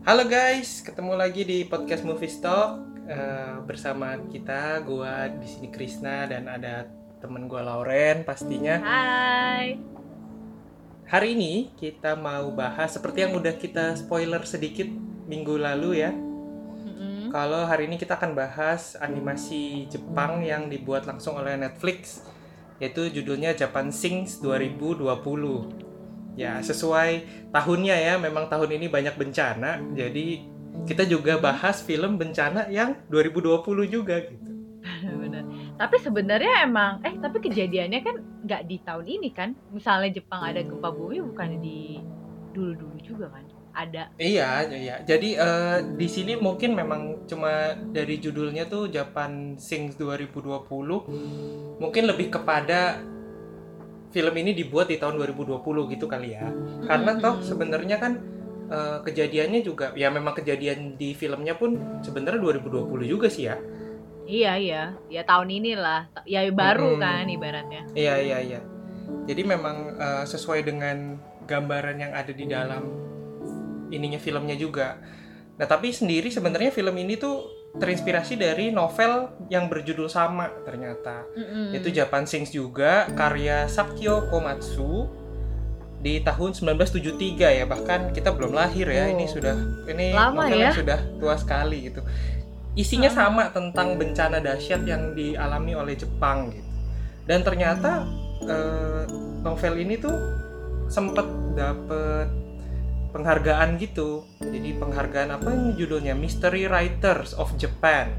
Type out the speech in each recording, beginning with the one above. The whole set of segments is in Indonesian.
Halo guys, ketemu lagi di podcast Movie Talk bersama kita. Gua di sini Krisna dan ada temen gua Lauren pastinya. Hai. Hari ini kita mau bahas seperti yang udah kita spoiler sedikit minggu lalu ya. Kalau hari ini kita akan bahas animasi Jepang yang dibuat langsung oleh Netflix, yaitu judulnya Japan Sings 2020. Ya, sesuai tahunnya ya, memang tahun ini banyak bencana. Jadi kita juga bahas film bencana yang 2020 juga gitu. Benar. Tapi sebenarnya tapi kejadiannya kan nggak di tahun ini kan? Misalnya Jepang ada gempa bumi bukan di dulu-dulu juga kan? Ada. Iya. Jadi di sini mungkin memang cuma dari judulnya tuh Japan Sings 2020 mungkin lebih kepada film ini dibuat di tahun 2020 gitu kali ya. Karena toh sebenarnya kan kejadiannya juga ya memang kejadian di filmnya pun sebenarnya 2020 juga sih ya. Iya. Ya tahun inilah. Ya baru kan ibaratnya. Iya. Jadi memang sesuai dengan gambaran yang ada di dalam ininya filmnya juga. Nah, tapi sendiri sebenarnya film ini tuh terinspirasi dari novel yang berjudul sama ternyata. Itu Japan Sings juga, karya Sakyo Komatsu di tahun 1973 ya. Bahkan kita belum lahir ya. Ini lama novel ya? yang sudah tua sekali gitu. Isinya sama tentang bencana dahsyat yang dialami oleh Jepang gitu. Dan ternyata novel ini tuh sempat dapet penghargaan gitu. Jadi penghargaan apa ini judulnya? Mystery Writers of Japan.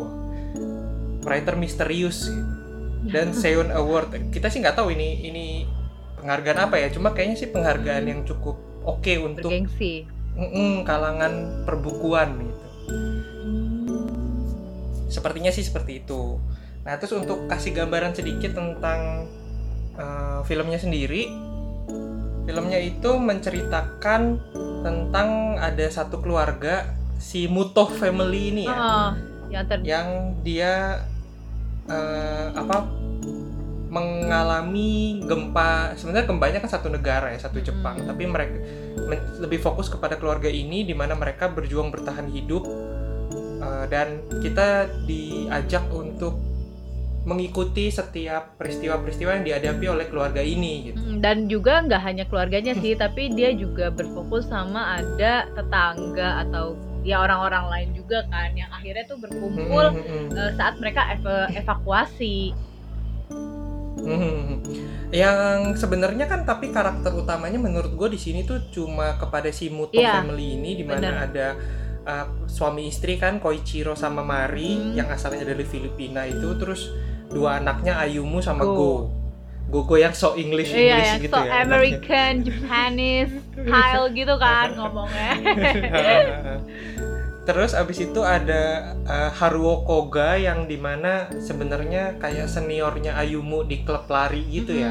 Writer misterius gitu. Dan Seiun Award. Kita sih nggak tahu ini penghargaan apa ya. Cuma kayaknya sih penghargaan yang cukup oke untuk bergengsi. Kalangan perbukuan gitu. Sepertinya sih seperti itu. Nah, terus untuk kasih gambaran sedikit tentang filmnya sendiri. Filmnya itu menceritakan tentang ada satu keluarga, si Muto family ini ya, yang dia mengalami gempa. Sebenarnya gempanya kan satu negara ya, satu Jepang, tapi mereka lebih fokus kepada keluarga ini, di mana mereka berjuang bertahan hidup, dan kita diajak untuk mengikuti setiap peristiwa-peristiwa yang dihadapi oleh keluarga ini gitu. Dan juga nggak hanya keluarganya sih, tapi dia juga berfokus sama ada tetangga atau ya orang-orang lain juga kan, yang akhirnya tuh berkumpul saat mereka evakuasi. Yang sebenarnya kan tapi karakter utamanya menurut gue di sini tuh cuma kepada si Muto family ini, di mana ada suami istri kan, Koichiro sama Mari yang asalnya dari Filipina itu, terus dua anaknya Ayumu sama Gogo yang so English gitu so ya. American, Japanese style gitu kan ngomongnya. Terus abis itu ada Haruo Koga yang dimana sebenarnya kayak seniornya Ayumu di klub lari gitu ya.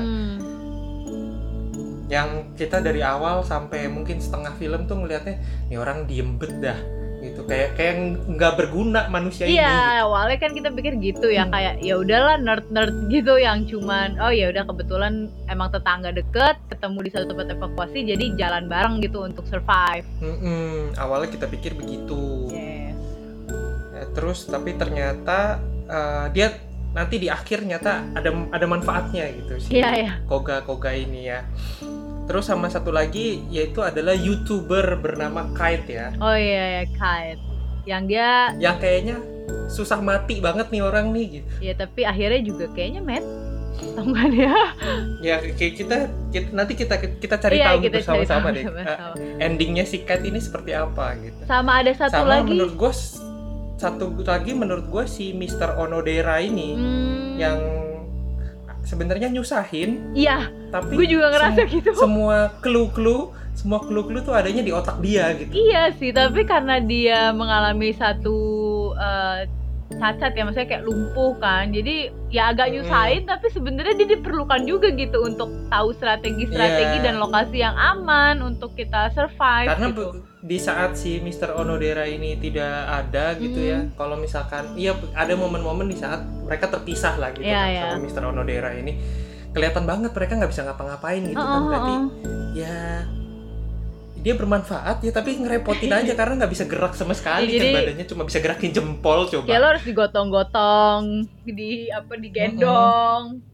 Yang kita dari awal sampai mungkin setengah film tuh ngeliatnya nih orang diem bet dah gitu, kayak nggak berguna manusia ini. Iya, awalnya kan kita pikir gitu ya, kayak ya udahlah nerd gitu yang cuman ya udah kebetulan emang tetangga deket ketemu di satu tempat evakuasi jadi jalan bareng gitu untuk survive. Awalnya kita pikir begitu. Yes. Ya, terus tapi ternyata dia nanti di akhir nyata ada manfaatnya gitu sih. Iya. Koga ini ya. Terus sama satu lagi yaitu adalah YouTuber bernama Kite ya. Oh iya, Kite. Yang kayaknya susah mati banget nih orang nih gitu. Ya tapi akhirnya juga kayaknya tahu kan ya? Ya nanti kita cari tahu bersama-sama deh. Endingnya si Kite ini seperti apa gitu. Sama ada satu lagi. Menurut gue si Mr. Onodera ini yang sebenarnya nyusahin. Iya. Tapi gue juga ngerasa gitu. Semua clue tuh adanya di otak dia gitu. Iya sih, tapi karena dia mengalami satu cacat ya, maksudnya kayak lumpuh kan, jadi ya agak nyusahin, tapi sebenarnya dia diperlukan juga gitu untuk tahu strategi dan lokasi yang aman untuk kita survive. Karena gitu. Di saat si Mr. Onodera ini tidak ada gitu ya, kalau misalkan ada momen-momen di saat mereka terpisah lah gitu sama Mr. Onodera ini, kelihatan banget mereka nggak bisa ngapa-ngapain gitu kan, berarti ya dia bermanfaat ya, tapi ngerepotin aja karena nggak bisa gerak sama sekali. Jadi- kan badannya cuma bisa gerakin jempol coba. Ya lo harus digotong-gotong, digendong.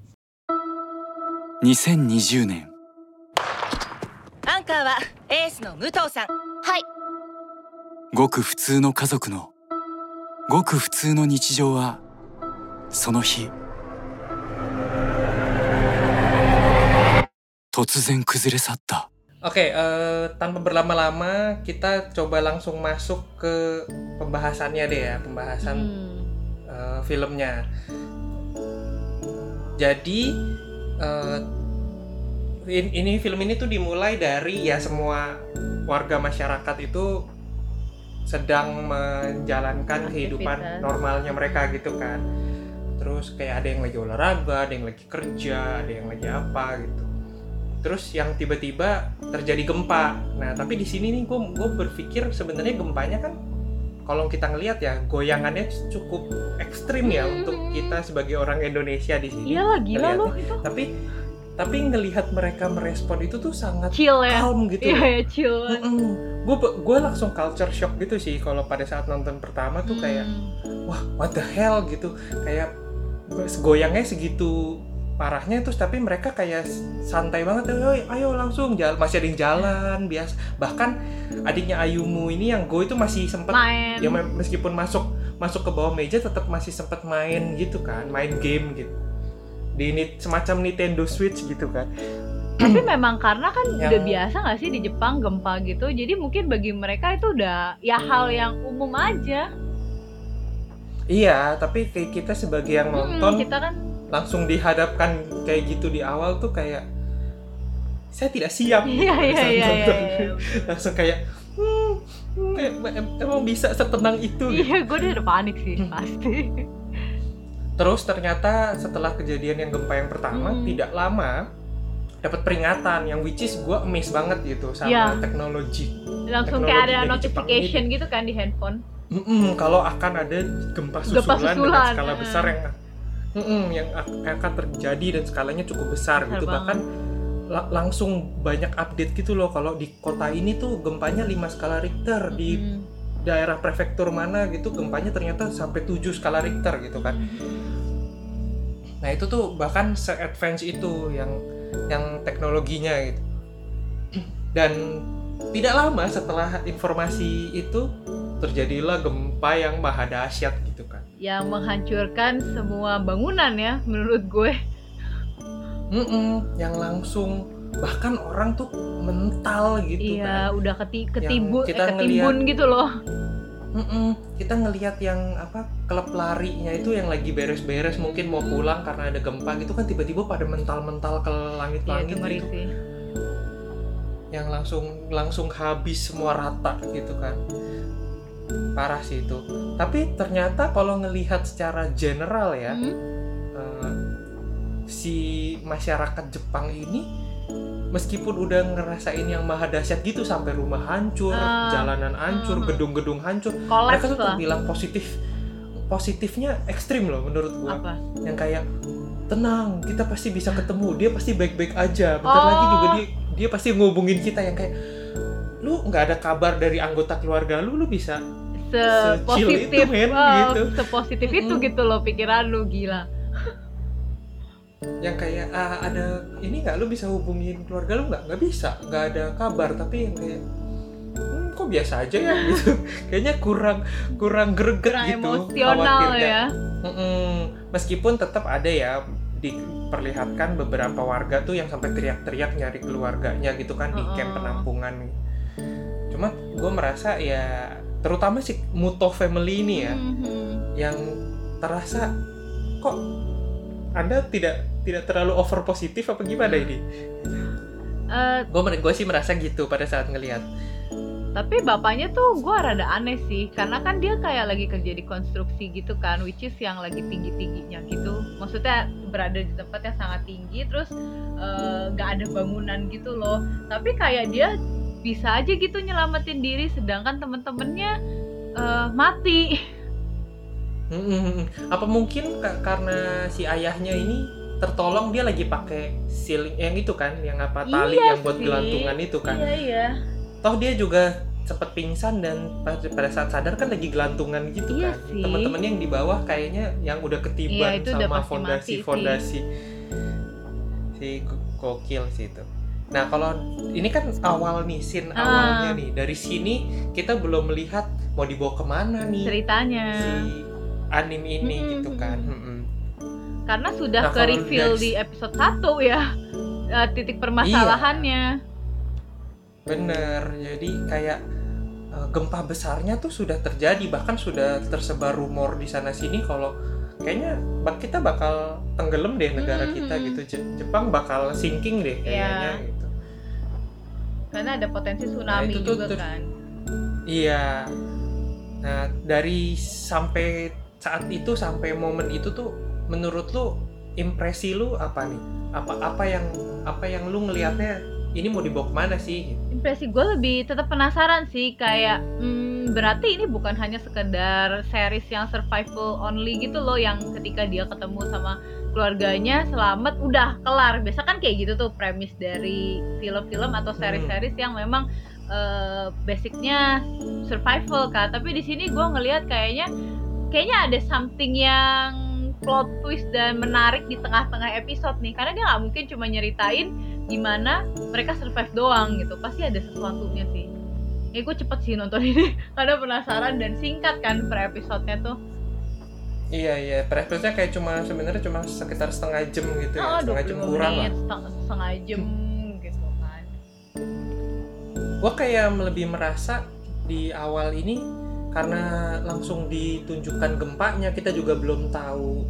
2020年アンカーはエースの武藤さん。はい。 ごく普通の家族のごく普通の日常はその日突然崩れ去った。 Oke, tanpa berlama-lama kita coba langsung masuk ke pembahasannya deh ya, pembahasan filmnya. Jadi film ini tuh dimulai dari ya semua warga masyarakat itu sedang menjalankan kehidupan normalnya mereka gitu kan. Terus kayak ada yang lagi olahraga, ada yang lagi kerja, ada yang lagi apa gitu. Terus yang tiba-tiba terjadi gempa. Nah, tapi di sini nih gue berpikir sebenarnya gempanya kan kalau kita ngelihat ya goyangannya cukup ekstrim ya untuk kita sebagai orang Indonesia di sini. Iyalah gila loh itu. Tapi ngelihat mereka merespon itu tuh sangat Chill ya. calm gitu. Iya ya chill. Gue langsung culture shock gitu sih kalau pada saat nonton pertama tuh kayak wah what the hell gitu, kayak goyangnya segitu parahnya, terus tapi mereka kayak santai banget, ayo langsung jalan, masih ada yang jalan biasa. Bahkan adiknya Ayumu ini yang Go itu masih sempet main. Ya meskipun masuk ke bawah meja tetap masih sempet main gitu kan, main game gitu di semacam Nintendo Switch gitu kan. Tapi memang karena kan udah biasa nggak sih di Jepang gempa gitu, jadi mungkin bagi mereka itu udah ya hal yang umum aja. Iya, tapi kayak kita sebagai yang nonton kita kan langsung dihadapkan kayak gitu di awal tuh kayak saya tidak siap. Iya. Langsung kayak emang bisa setenang itu. Iya, gue udah panik sih pasti. Terus ternyata setelah kejadian yang gempa yang pertama tidak lama dapat peringatan yang which is gue amazed banget gitu sama teknologi. Langsung kayak ada notification gitu kan di handphone. Kalau akan ada gempa susulan dengan skala besar yang akan terjadi dan skalanya cukup besar gitu. Bahkan langsung banyak update gitu loh, kalau di kota ini tuh gempanya 5 skala Richter, di daerah prefektur mana gitu gempanya ternyata sampai 7 skala Richter gitu kan. Nah itu tuh bahkan se-advance itu yang teknologinya gitu. Dan tidak lama setelah informasi itu terjadilah gempa yang maha dahsyat gitu kan, yang menghancurkan semua bangunan ya menurut gue. Yang langsung bahkan orang tuh mental gitu kan. Iya, udah ketimbun gitu loh. Kita ngelihat yang klub larinya itu yang lagi beres-beres mungkin mau pulang karena ada gempa gitu kan, tiba-tiba pada mental-mental ke langit-langit gitu. Yang langsung habis semua rata gitu kan. Parah sih itu. Tapi ternyata kalau ngelihat secara general ya, si masyarakat Jepang ini meskipun udah ngerasain yang maha dahsyat gitu sampai rumah hancur, jalanan hancur, gedung-gedung hancur, mereka tuh terbilang positifnya ekstrim loh menurut gua. Apa? Yang kayak tenang, kita pasti bisa ketemu, dia pasti baik-baik aja. Bentar lagi juga dia pasti ngubungin kita, yang kayak lu nggak ada kabar dari anggota keluarga lu bisa sepositif itu, gitu. Sepositif itu gitu loh pikiran lu, gila. Yang kayak ada ini nggak, lu bisa hubungin keluarga lu nggak bisa, nggak ada kabar, tapi yang kayak kok biasa aja ya gitu. Kayaknya kurang greget gitu, emosional ya. Meskipun tetap ada ya diperlihatkan beberapa warga tuh yang sampai teriak-teriak nyari keluarganya gitu kan di camp penampungan. Cuma gue merasa ya terutama si Muto family ini ya, yang terasa kok Anda tidak terlalu over positif apa gimana ini? Gue sih merasa gitu pada saat ngelihat. Tapi bapaknya tuh gue rada aneh sih, karena kan dia kayak lagi kerja di konstruksi gitu kan, which is yang lagi tinggi-tingginya gitu. Maksudnya berada di tempat yang sangat tinggi, terus gak ada bangunan gitu loh. Tapi kayak dia bisa aja gitu nyelamatin diri, sedangkan temen-temennya mati. Apa mungkin karena si ayahnya ini tertolong, dia lagi pakai siling yang itu kan, yang tali yang buat gelantungan itu kan. Iya. Toh dia juga sempat pingsan dan pada saat sadar kan lagi gelantungan gitu Iya kan. sih. Teman-temannya yang di bawah kayaknya yang udah ketiban Iya, itu udah sama pasti mati sih. fondasi si gokil sih itu. Nah kalau ini kan awal nih scene awalnya nih, dari sini kita belum melihat mau dibawa kemana nih Ceritanya. si anime ini gitu kan. Karena sudah Nah, ke kalau reveal dari- di episode 1 ya. Titik permasalahannya. Bener, jadi kayak gempa besarnya tuh sudah terjadi, bahkan sudah tersebar rumor di sana sini kalau kayaknya kita bakal tenggelam deh negara kita gitu. Jepang bakal sinking deh kayaknya Iya. gitu. Karena ada potensi tsunami itu tuh juga kan. Iya. Nah, dari sampai saat itu sampai momen itu tuh menurut lu impresi lu apa nih? Apa yang lu ngelihatnya ini mau dibawa kemana sih? Impresi gue lebih tetap penasaran sih, kayak berarti ini bukan hanya sekedar series yang survival only gitu loh, yang ketika dia ketemu sama keluarganya selamat udah kelar. Biasa kan kayak gitu tuh premis dari film-film atau series-series yang memang basicnya survival kan. Tapi di sini gue ngelihat kayaknya ada something yang plot twist dan menarik di tengah-tengah episode nih, karena dia nggak mungkin cuma nyeritain gimana mereka survive doang gitu, pasti ada sesuatunya sih. Ya gue cepet sih nonton ini karena penasaran dan singkat kan per episodenya tuh. Iya, per episode-nya kayak sebenarnya cuma sekitar setengah jam gitu ya, setengah jam 25 kurang lah. menit, setengah jam gitu kan. Gue kayak lebih merasa di awal ini karena langsung ditunjukkan gempanya, kita juga belum tahu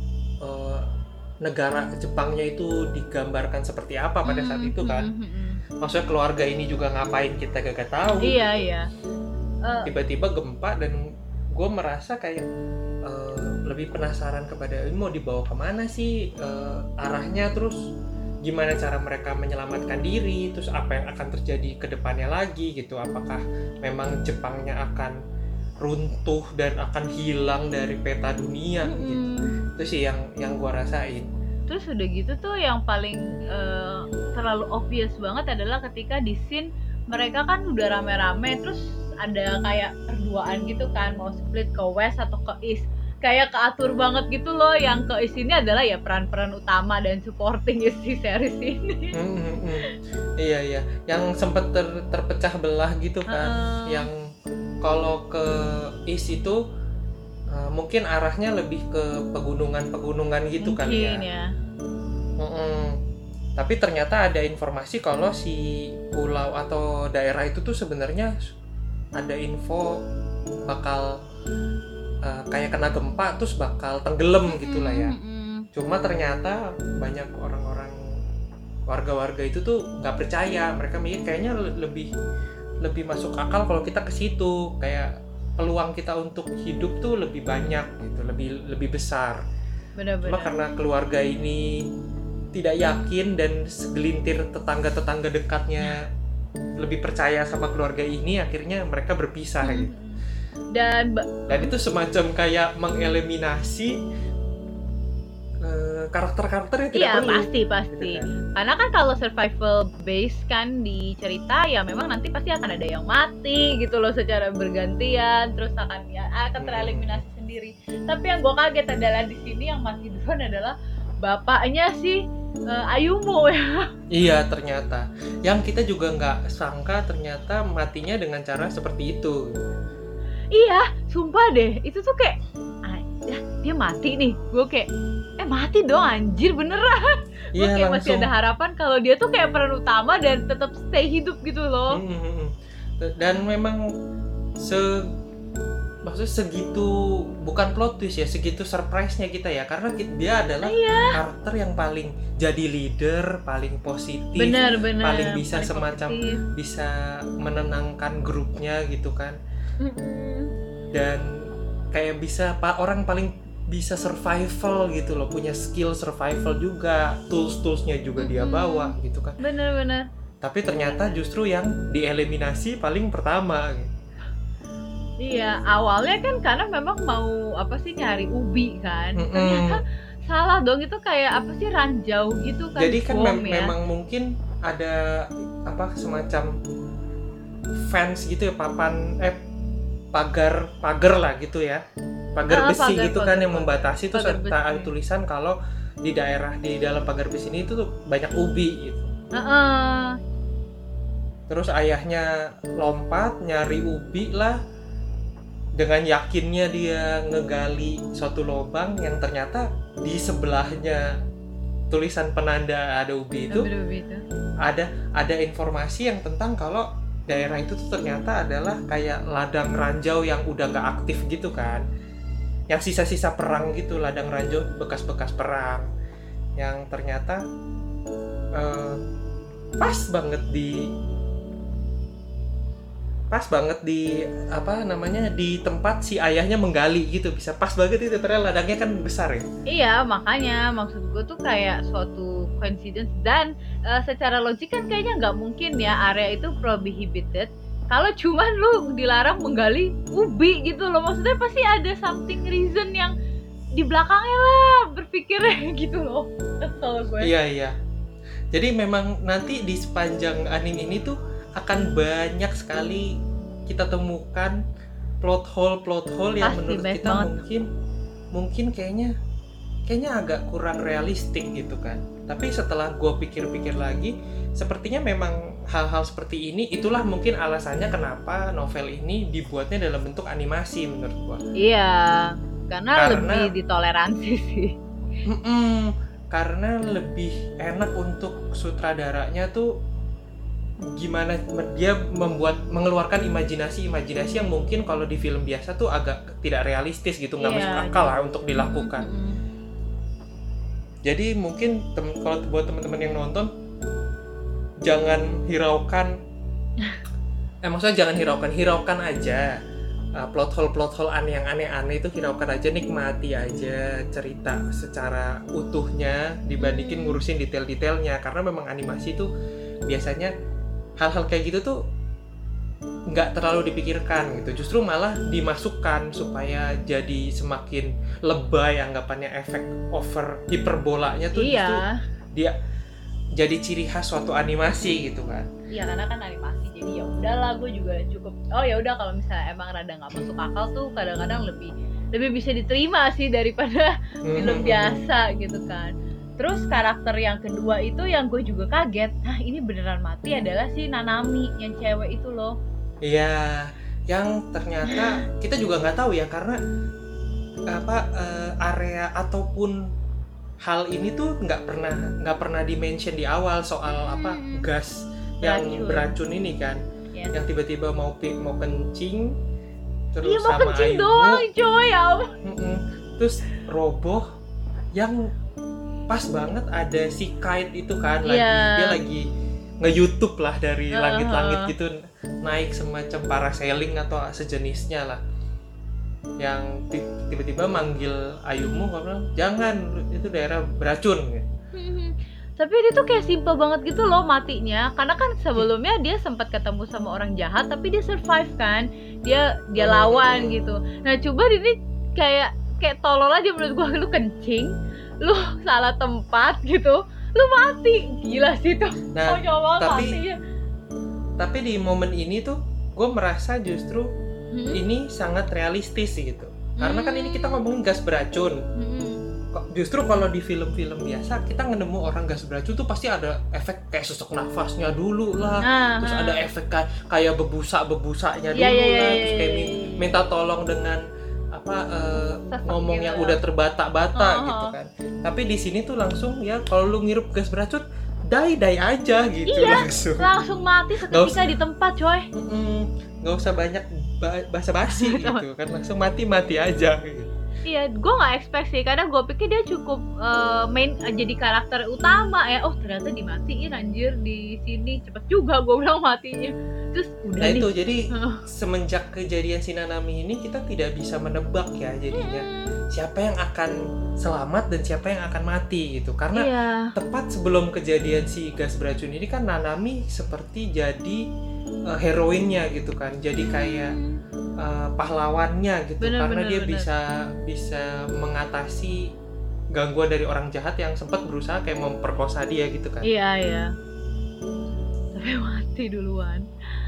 negara Jepangnya itu digambarkan seperti apa pada saat itu kan. Maksudnya keluarga ini juga ngapain kita gak tahu. Iya. Tiba-tiba gempa dan gue merasa kayak lebih penasaran kepada ini mau dibawa kemana sih arahnya, terus gimana cara mereka menyelamatkan diri, terus apa yang akan terjadi ke depannya lagi gitu. Apakah memang Jepangnya akan runtuh dan akan hilang dari peta dunia gitu. Itu sih yang gue rasain. Terus udah gitu tuh yang paling terlalu obvious banget adalah ketika di scene mereka kan udah rame-rame, terus ada kayak perduaan gitu kan, mau split ke west atau ke east, kayak keatur banget gitu loh. Yang ke east ini adalah ya peran-peran utama dan supporting si series ini. Iya, yang sempat terpecah belah gitu kan. Yang kalau ke east itu mungkin arahnya lebih ke pegunungan gitu kali ya. Mungkin ya. Tapi ternyata ada informasi kalau si pulau atau daerah itu tuh sebenarnya ada info bakal kayak kena gempa terus bakal tenggelam gitulah ya. Cuma ternyata banyak orang-orang warga-warga itu tuh nggak percaya. Mereka mikir kayaknya lebih masuk akal kalau kita ke situ, kayak peluang kita untuk hidup tuh lebih banyak gitu, lebih besar. Benar-benar. Cuma karena keluarga ini tidak yakin dan segelintir tetangga-tetangga dekatnya lebih percaya sama keluarga ini, akhirnya mereka berpisah gitu. Dan itu semacam kayak mengeliminasi karakter-karakter yang tidak perlu. Iya, pasti. Gitu kan. Karena kan kalau survival base kan di cerita ya memang nanti pasti akan ada yang mati gitu loh secara bergantian, terus akan tereliminasi sendiri. Tapi yang gue kaget adalah di sini yang mati duluan adalah bapaknya si Ayumu ya. Iya, ternyata. Yang kita juga nggak sangka ternyata matinya dengan cara seperti itu. Iya, sumpah deh. Itu tuh kayak dia mati nih. Gue kayak mati dong anjir, beneran. Gue Iya, kayak masih ada harapan kalau dia tuh kayak peran utama dan tetap stay hidup gitu loh. Dan memang maksudnya segitu, bukan plot twist ya, segitu surprise-nya kita ya, karena dia adalah karakter yang paling jadi leader, paling positif, bener, paling bisa paling semacam positif. bisa menenangkan grupnya gitu kan. Dan kayak bisa orang paling bisa survival gitu loh, punya skill survival juga, tools-toolsnya juga dia bawa gitu kan. Bener. Tapi ternyata justru yang dieliminasi paling pertama gitu. Iya, awalnya kan karena memang mau nyari ubi kan. Ternyata salah dong, itu kayak ranjau gitu kan. Jadi kan bom ya. memang mungkin ada semacam fence gitu ya, pagar lah gitu ya, pagar besi gitu kan yang membatasi tuh serta ada tulisan kalau di dalam pagar besi ini tuh banyak ubi gitu. Terus ayahnya lompat nyari ubi lah, dengan yakinnya dia ngegali suatu lubang yang ternyata di sebelahnya tulisan penanda ada ubi itu. Ada informasi yang tentang kalau daerah itu tuh ternyata adalah kayak ladang ranjau yang udah nggak aktif gitu kan, yang sisa-sisa perang gitu, ladang ranjau bekas-bekas perang yang ternyata pas banget di apa namanya, di tempat si ayahnya menggali gitu, bisa pas banget itu, ternyata ladangnya kan besar ya. Iya, makanya maksud gue tuh kayak suatu coincidence, dan secara logik kan kayaknya nggak mungkin ya area itu prohibited kalau cuman lu dilarang menggali ubi gitu loh. Maksudnya pasti ada something reason yang di belakangnya lah berpikirnya gitu loh. Kesel gue. Iya. Jadi memang nanti di sepanjang anime ini tuh akan banyak sekali kita temukan plot hole yang pasti menurut kita mungkin kayaknya agak kurang realistik gitu kan. Tapi setelah gue pikir-pikir lagi, sepertinya memang hal-hal seperti ini itulah mungkin alasannya kenapa novel ini dibuatnya dalam bentuk animasi menurut gue. Iya, karena lebih ditoleransi sih. Karena lebih enak untuk sutradaranya tuh gimana dia mengeluarkan imajinasi yang mungkin kalau di film biasa tuh agak tidak realistis gitu, nggak masuk akal lah untuk dilakukan. Jadi mungkin kalau buat teman-teman yang nonton, jangan hiraukan hiraukan aja plot hole yang aneh-aneh itu, hiraukan aja, nikmati aja cerita secara utuhnya dibandingin ngurusin detail-detailnya. Karena memang animasi tuh biasanya hal-hal kayak gitu tuh nggak terlalu dipikirkan gitu, justru malah dimasukkan supaya jadi semakin lebay anggapannya, efek over hiperbolanya tuh justru dia jadi ciri khas suatu animasi gitu kan. Iya, karena kan animasi, jadi ya udahlah, gue juga cukup ya udah kalau misalnya emang rada nggak masuk akal tuh kadang-kadang lebih bisa diterima sih daripada film biasa gitu kan. Terus karakter yang kedua itu yang gue juga kaget, ini beneran mati, adalah si Nanami yang cewek itu loh. Iya, yang ternyata kita juga nggak tahu ya, karena area ataupun hal ini tuh nggak pernah di-mention di awal soal gas yang beracun ini kan, yang tiba-tiba mau kencing, terus mau sama kencing Ayumu doang coy ya. Terus roboh yang pas banget ada si Kite itu kan, dia lagi nge-YouTube lah dari langit-langit gitu, naik semacam parasailing atau sejenisnya lah, yang tiba-tiba manggil Ayumu, bilang jangan, itu daerah beracun gitu. Tapi dia tuh kayak simple banget gitu loh matinya, karena kan sebelumnya dia sempat ketemu sama orang jahat tapi dia survive kan, dia lawan gitu. Nah coba ini kayak tolol aja menurut gua, lu kencing, lu salah tempat gitu, lu mati, gila sih tuh. Nah, tapi di momen ini tuh gue merasa justru ini sangat realistis gitu, karena kan ini kita ngomongin gas beracun. Justru kalau di film-film biasa kita nemu orang gas beracun tuh pasti ada efek kayak sesak nafasnya dulu lah, terus ada efek kayak bebusanya dulu lah, terus kayak minta tolong dengan ngomong yang udah terbata-bata gitu kan. Tapi di sini tuh langsung ya, kalau lu ngirup gas beracun, die aja gitu. langsung mati seketika di tempat coy. Nggak usah banyak basa-basi gitu kan, langsung mati aja gitu. Iya, gue nggak expect sih, karena gue pikir dia cukup main jadi karakter utama ya. Oh ternyata dimatiin anjir di sini, cepet juga gue bilang matinya. Terus udah itu jadi semenjak kejadian si Nanami ini kita tidak bisa menebak ya jadinya siapa yang akan selamat dan siapa yang akan mati gitu, karena tepat sebelum kejadian si gas beracun ini kan Nanami seperti jadi heroinnya gitu kan, jadi kayak pahlawannya gitu, karena dia bisa mengatasi gangguan dari orang jahat yang sempat berusaha kayak memperkosa dia gitu kan. Iya. Tapi mati duluan.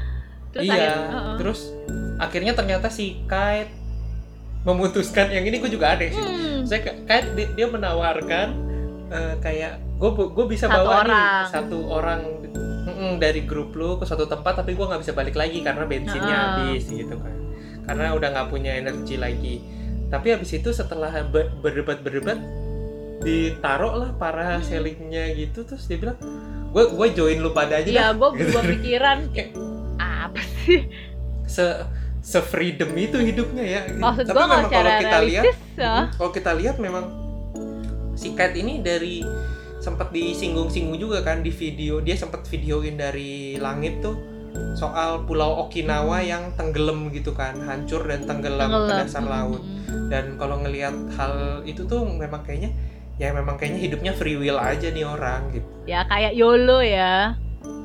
Terus iya, terus akhirnya ternyata si Kite memutuskan, yang ini gue juga aneh sih. Saya Kite dia menawarkan kayak gue bisa bawa nih satu orang dari grup lu ke suatu tempat, tapi gue nggak bisa balik lagi karena bensinnya habis gitu kan, karena udah nggak punya energi lagi. Tapi habis itu setelah berdebat ditaruh lah para sellingnya gitu, terus dia bilang gue join lu pada aja. Iya, gue gitu. berubah pikiran kayak apa sih? Se-freedom itu hidupnya ya. Maksud tapi gue memang kalau kita lihat, kalau kita lihat memang si Kite ini dari sempat disinggung-singgung juga kan di video, dia sempat videoin dari langit tuh soal Pulau Okinawa yang tenggelam gitu kan, hancur dan tenggelam ke dasar laut. Dan kalau ngelihat hal itu tuh memang kayaknya hidupnya free will aja nih orang gitu. Ya kayak YOLO ya.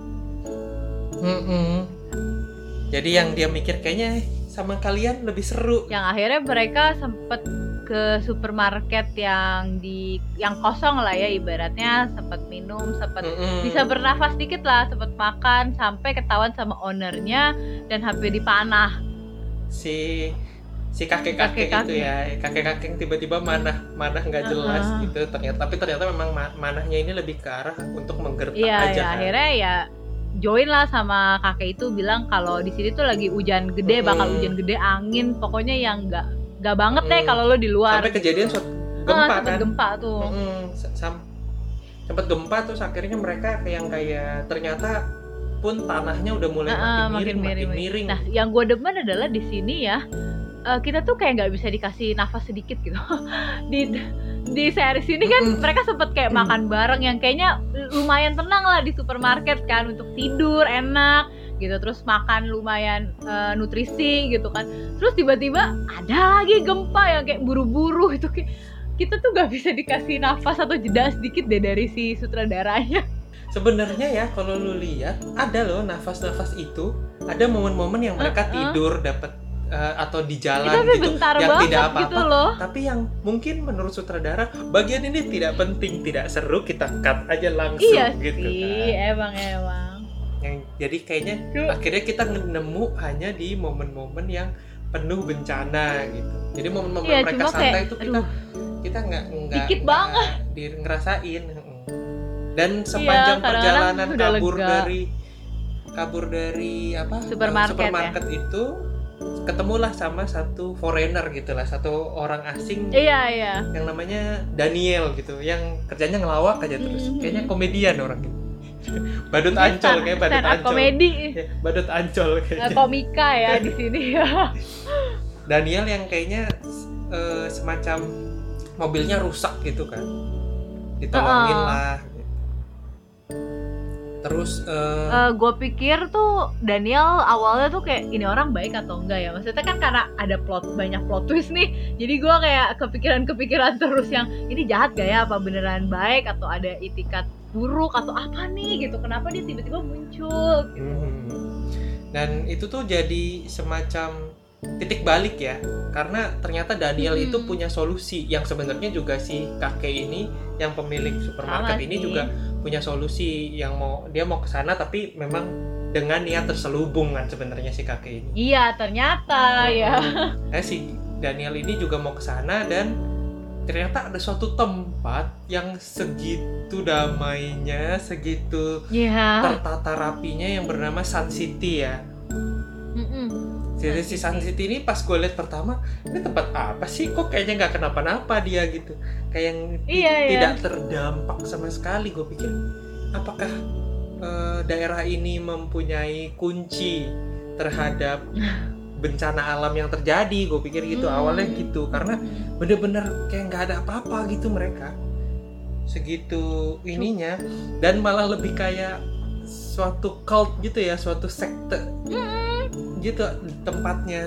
Jadi yang dia mikir kayaknya sama kalian lebih seru. Yang akhirnya mereka sempet ke supermarket yang kosong lah ya, ibaratnya sempet minum, sempet bisa bernafas dikit lah, sempet makan, sampai ketahuan sama ownernya dan HP dipanah. Si kakek-kakek itu ya, kakek-kakek yang tiba-tiba manah nggak jelas gitu. Ternyata memang manahnya ini lebih ke arah untuk menggertak aja. Iya, akhirnya ya join lah sama kakek itu, bilang kalau di sini tuh lagi hujan gede, bakal hujan gede, angin, pokoknya yang nggak banget deh kalau lo di luar. Sampai kejadian gempa kan? Gempa tuh. Sempat gempa, terus akhirnya mereka kayak ternyata pun tanahnya udah mulai makin miring. Nah, yang gue demen adalah di sini ya, kita tuh kayak nggak bisa dikasih nafas sedikit gitu. di series ini kan mereka sempet kayak makan bareng yang kayaknya lumayan tenang lah di supermarket kan, untuk tidur enak gitu, terus makan lumayan nutrisi gitu kan. Terus tiba-tiba ada lagi gempa yang kayak buru-buru itu, kayak kita tuh nggak bisa dikasih nafas atau jeda sedikit deh dari si sutradaranya. Sebenarnya ya kalau lu lihat ada loh nafas-nafas itu, ada momen-momen yang mereka tidur dapat atau di jalan gitu yang tidak apa-apa gitu loh. Tapi yang mungkin menurut sutradara bagian ini tidak penting, tidak seru, kita cut aja langsung. Iya gitu sih, kan. emang. Jadi kayaknya akhirnya kita nemu hanya di momen-momen yang penuh bencana gitu. Jadi momen-momen mereka santai itu kita nggak dikit banget ngerasain. Dan sepanjang perjalanan kabur dari apa supermarket ya? Itu ketemulah sama satu foreigner gitulah, satu orang asing. Iya. Yang namanya Daniel gitu, yang kerjanya ngelawak aja terus. Kayaknya komedian orang gitu. Badut Ancol kayak badut Ancol. Komedi. Ya, badut Ancol kayaknya. Komika ya di sini ya. Daniel yang kayaknya semacam mobilnya rusak gitu kan. Ditolongin lah. Terus gue pikir tuh Daniel awalnya tuh kayak ini orang baik atau enggak ya, maksudnya kan karena ada banyak plot twist nih, jadi gue kayak kepikiran terus yang ini jahat gak ya, apa beneran baik atau ada itikat buruk atau apa nih gitu, kenapa dia tiba-tiba muncul gitu. Dan itu tuh jadi semacam titik balik ya, karena ternyata Daniel itu punya solusi yang sebenarnya juga si kakek ini yang pemilik supermarket ini juga punya solusi, yang dia mau ke sana tapi memang dengan niat terselubung kan sebenarnya si kakek ini. Iya, ternyata ya. Si Daniel ini juga mau ke sana dan ternyata ada suatu tempat yang segitu damainya, segitu tertata rapinya yang bernama Sun City ya. Jadi si Sun City ini pas gue lihat pertama, ini tempat apa sih? Kok kayaknya nggak kenapa-napa dia gitu. Kayak yang tidak terdampak sama sekali. Gue pikir, apakah daerah ini mempunyai kunci terhadap bencana alam yang terjadi? Gue pikir gitu awalnya gitu, karena bener-bener kayak nggak ada apa-apa gitu mereka. Segitu ininya, dan malah lebih kayak suatu cult gitu ya, suatu sekte gitu tempatnya.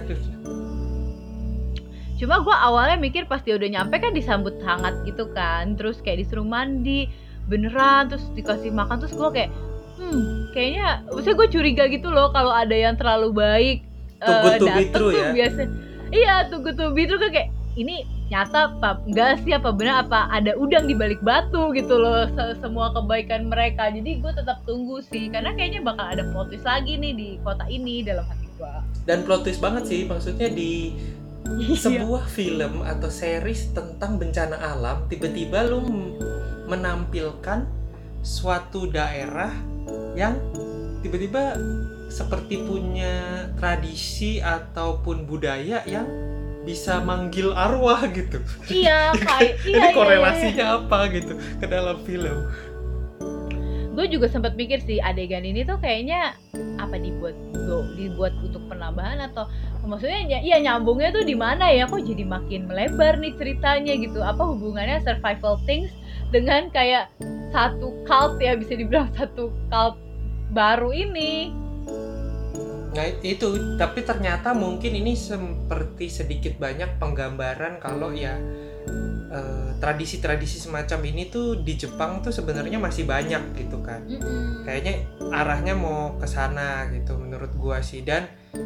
Cuma gue awalnya mikir pas dia udah nyampe kan disambut hangat gitu kan, terus kayak disuruh mandi beneran, terus dikasih makan, terus gue kayak kayaknya, maksudnya gue curiga gitu loh kalau ada yang terlalu baik datang tuh ya? Biasa too good to be true, kayak ini nyata apa enggak sih, apa benar apa ada udang di balik batu gitu loh semua kebaikan mereka. Jadi gue tetap tunggu sih, karena kayaknya bakal ada plot twist lagi nih di kota ini dalam hati gue. Dan plot twist banget sih, maksudnya di sebuah film atau series tentang bencana alam, tiba-tiba lu menampilkan suatu daerah yang tiba-tiba seperti punya tradisi ataupun budaya yang bisa manggil arwah gitu. Iya, kayak Ini korelasinya apa gitu ke dalam film? Gue juga sempat mikir sih adegan ini tuh kayaknya apa dibuat untuk penambahan atau maksudnya ya nyambungnya tuh di mana ya, kok jadi makin melebar nih ceritanya gitu. Apa hubungannya survival things dengan kayak satu cult ya, bisa dibilang satu cult baru ini. Nah itu, tapi ternyata mungkin ini seperti sedikit banyak penggambaran kalau ya tradisi-tradisi semacam ini tuh di Jepang tuh sebenarnya masih banyak gitu kan. Kayaknya arahnya mau ke sana gitu menurut gua sih. Dan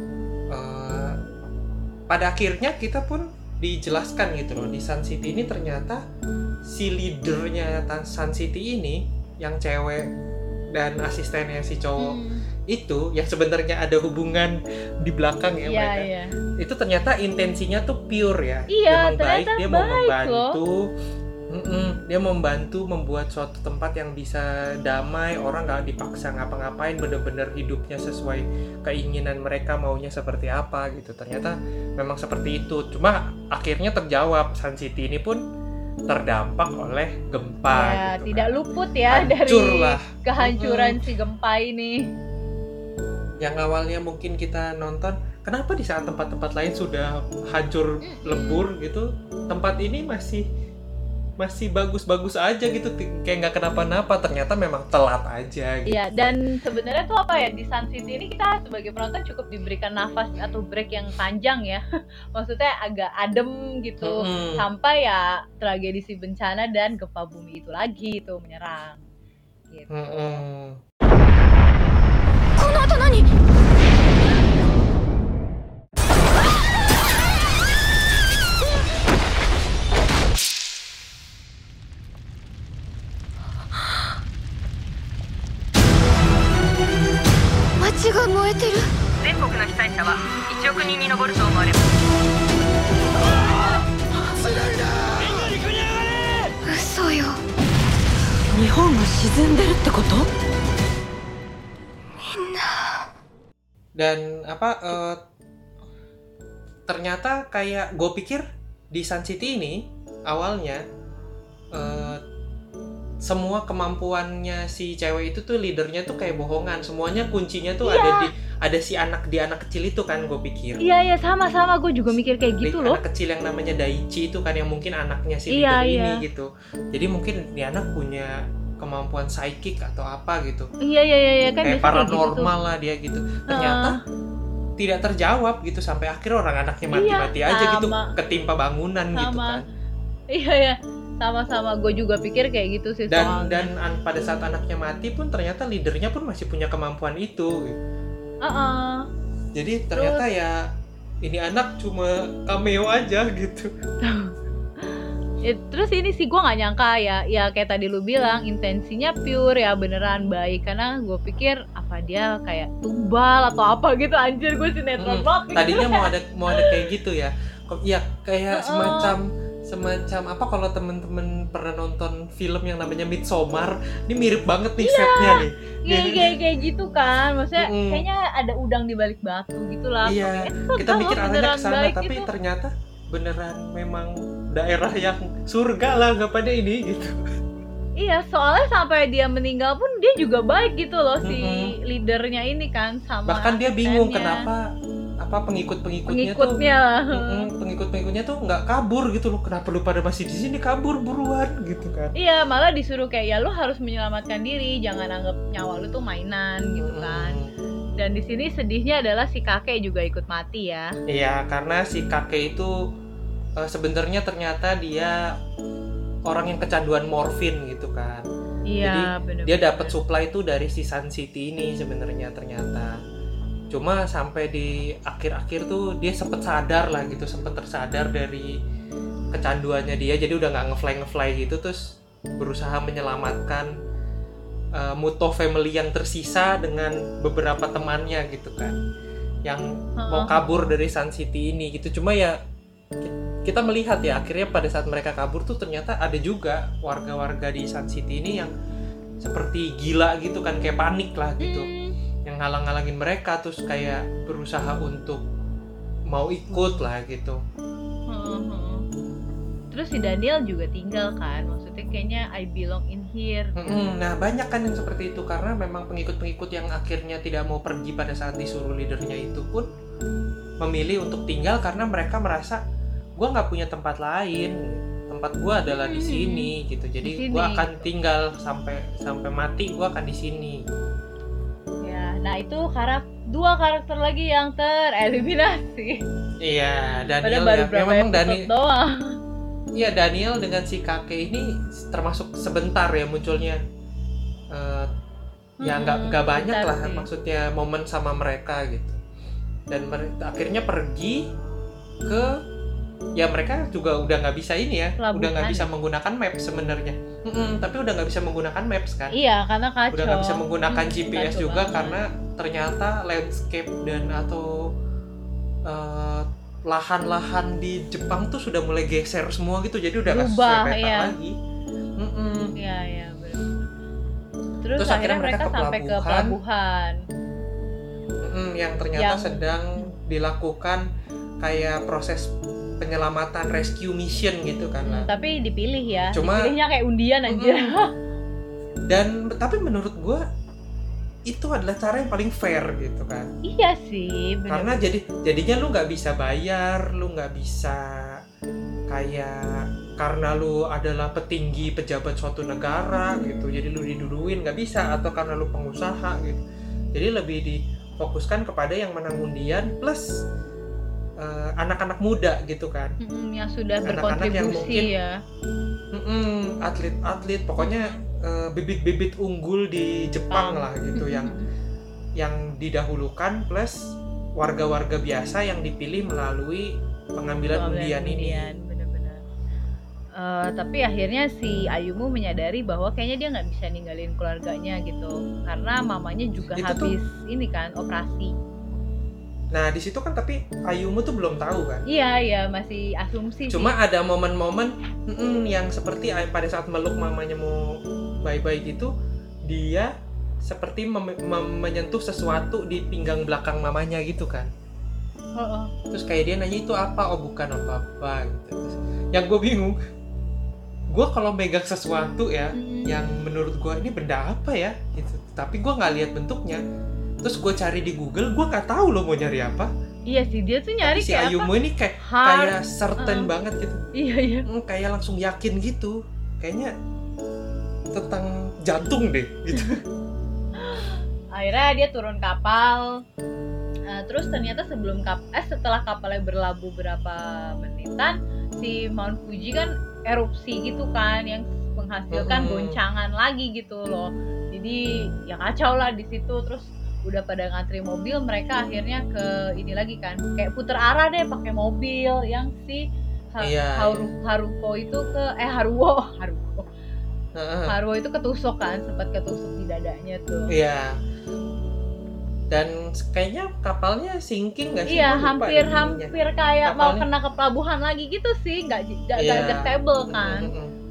pada akhirnya kita pun dijelaskan gitu loh, di Sun City ini ternyata si leadernya Sun City ini yang cewek dan asistennya si cowok itu yang sebenarnya ada hubungan di belakang ya mereka. Iya. Itu ternyata intensinya tuh pure ya. Iya, dia baik, dia mau membantu. Dia membantu membuat suatu tempat yang bisa damai, orang nggak dipaksa ngapa-ngapain, bener-bener hidupnya sesuai keinginan mereka, maunya seperti apa gitu. Ternyata memang seperti itu. Cuma akhirnya terjawab, Sun City ini pun terdampak oleh gempa. Ya, gitu tidak kan. luput ya Hancur dari lah. kehancuran si gempa ini. Yang awalnya mungkin kita nonton, kenapa di saat tempat-tempat lain sudah hancur lebur gitu, tempat ini masih bagus-bagus aja gitu, kayak nggak kenapa-napa. Ternyata memang telat aja gitu. Iya, dan sebenarnya tuh apa ya, di Sun City ini kita sebagai penonton cukup diberikan nafas atau break yang panjang ya. Maksudnya agak adem gitu, sampai ya tragedi si bencana dan gempa bumi itu lagi itu menyerang gitu. この後何？街が燃えてる。 全国の被災者は1億人に上ると思われます。 嘘よ。 日本が沈んでるってこと？ Dan ternyata kayak gue pikir di Sun City ini awalnya semua kemampuannya si cewek itu tuh leadernya tuh kayak bohongan, semuanya kuncinya tuh ada si anak kecil itu kan, gue pikir. Iya sama gue juga mikir kayak gitu loh. Anak kecil yang namanya Daichi itu kan, yang mungkin anaknya si leader ini gitu. Jadi mungkin dia anak punya kemampuan psychic atau apa gitu. Iya kan kayak paranormal gitu. lah dia gitu. Ternyata tidak terjawab gitu, sampai akhir orang anaknya mati-mati aja gitu, ketimpa bangunan gitu kan. Iya sama gue juga pikir kayak gitu sih. Dan pada saat anaknya mati pun ternyata leadernya pun masih punya kemampuan itu. Jadi ternyata ya ini anak cuma cameo aja gitu. Terus ini sih gue nggak nyangka ya kayak tadi lu bilang intensinya pure ya, beneran baik, karena gue pikir apa dia kayak tumbal atau apa gitu, anjir gue sinetron banget. Tadinya mau ada kayak gitu ya. Ya kayak semacam apa, kalau temen-temen pernah nonton film yang namanya Midsommar, ini mirip banget nih setnya nih. Kayak gitu kan, maksudnya kayaknya ada udang di balik batu gitulah. Iya, kita mikir arahnya ke sana, tapi gitu. Ternyata beneran memang daerah yang surga lah anggapannya ini gitu. Iya, soalnya sampai dia meninggal pun dia juga baik gitu loh, si leadernya ini kan, sama bahkan dia bingung kenapa pengikutnya tuh nggak kabur gitu loh, kenapa lu pada masih di sini, kabur buruan gitu kan. Iya, malah disuruh kayak ya lu harus menyelamatkan diri, jangan anggap nyawa lu tuh mainan gitu kan. Dan di sini sedihnya adalah si kakek juga ikut mati ya. Iya, karena si kakek itu sebenarnya ternyata dia orang yang kecanduan morfin gitu kan. Iya, jadi dia dapat supply itu dari si Sun City ini sebenarnya ternyata. Cuma sampai di akhir-akhir tuh dia sempat sadar lah gitu, sempat tersadar dari kecanduannya dia, jadi udah nggak ngefly gitu, terus berusaha menyelamatkan Muto family yang tersisa dengan beberapa temannya gitu kan, yang mau kabur dari Sun City ini gitu. Cuma ya kita melihat ya akhirnya pada saat mereka kabur tuh ternyata ada juga warga-warga di Sun City ini yang seperti gila gitu kan, kayak panik lah gitu, yang ngalang-ngalangin mereka, terus kayak berusaha untuk mau ikut lah gitu. Terus si Daniel juga tinggal kan, maksudnya kayaknya I belong in here. Nah banyak kan yang seperti itu, karena memang pengikut-pengikut yang akhirnya tidak mau pergi pada saat disuruh leadernya itu pun memilih untuk tinggal karena mereka merasa gue nggak punya tempat lain, tempat gue adalah di sini gitu, jadi gue akan tinggal sampai mati, gue akan di sini. Ya, nah itu dua karakter lagi yang tereliminasi. Iya, Daniel ya, memang Daniel doang. Iya, Daniel dengan si kakek ini termasuk sebentar ya munculnya. Ya nggak banyak lah sih. Maksudnya momen sama mereka gitu. Dan akhirnya pergi ke, ya mereka juga udah nggak bisa ini ya, Pelabuhan. Udah nggak bisa menggunakan map sebenarnya. Tapi udah nggak bisa menggunakan maps kan? Iya, karena kacau. Udah nggak bisa menggunakan GPS juga banget. karena ternyata landscape dan atau lahan-lahan di Jepang tuh sudah mulai geser semua gitu, jadi udah nggak sesuai peta lagi. Iya benar. Terus akhirnya mereka sampai ke pelabuhan. Yang ternyata sedang dilakukan kayak proses penyelamatan rescue mission gitu kan. Tapi dipilih ya. Cuma dipilihnya kayak undian anjir. Dan tapi menurut gue itu adalah cara yang paling fair gitu kan. Iya sih, bener. Karena jadinya lu nggak bisa bayar, lu nggak bisa kayak karena lu adalah petinggi pejabat suatu negara gitu, jadi lu diduduin, nggak bisa, atau karena lu pengusaha gitu. Jadi lebih difokuskan kepada yang menang undian plus anak-anak muda gitu kan. Yang sudah anak-anak yang mungkin, ya. Atlet-atlet, pokoknya bibit-bibit unggul di Jepang lah gitu, yang didahulukan plus warga-warga biasa yang dipilih melalui pengambilan undian ini. Benar-benar. Tapi akhirnya si Ayumu menyadari bahwa kayaknya dia nggak bisa ninggalin keluarganya gitu, karena mamanya juga itu habis ini kan operasi. Nah di situ kan tapi Ayumu tuh belum tahu kan. Iya masih asumsi. Cuma ada momen-momen yang seperti pada saat meluk mamanya mau bye-bye gitu, dia seperti menyentuh sesuatu di pinggang belakang mamanya gitu kan. Terus kayak dia nanya itu apa? Oh bukan apa-apa gitu. Terus, yang gue bingung, gue kalau megang sesuatu ya yang menurut gue ini benda apa ya gitu, tapi gue nggak lihat bentuknya. Terus gue cari di Google, gue nggak tahu lo mau nyari apa. Iya sih, dia tuh nyari si kayak Ayumu apa? ini kayak certain banget gitu. Iya. Kayak langsung yakin gitu. Kayaknya tentang jantung deh gitu. Akhirnya dia turun kapal. Terus ternyata setelah kapalnya berlabuh berapa menitan, si Mount Fuji kan erupsi gitu kan, yang menghasilkan goncangan lagi gitu loh. Jadi ya kacau lah di situ. Terus udah pada ngantri mobil, mereka akhirnya ke ini lagi kan, kayak puter arah deh pakai mobil yang si Haruko itu ke Haruo itu ketusuk kan, sempat ketusuk di dadanya tuh. Iya. Dan kayaknya kapalnya sinking nggak sih? Iya, hampir kayak kapalnya mau kena ke pelabuhan lagi gitu sih, nggak stable kan.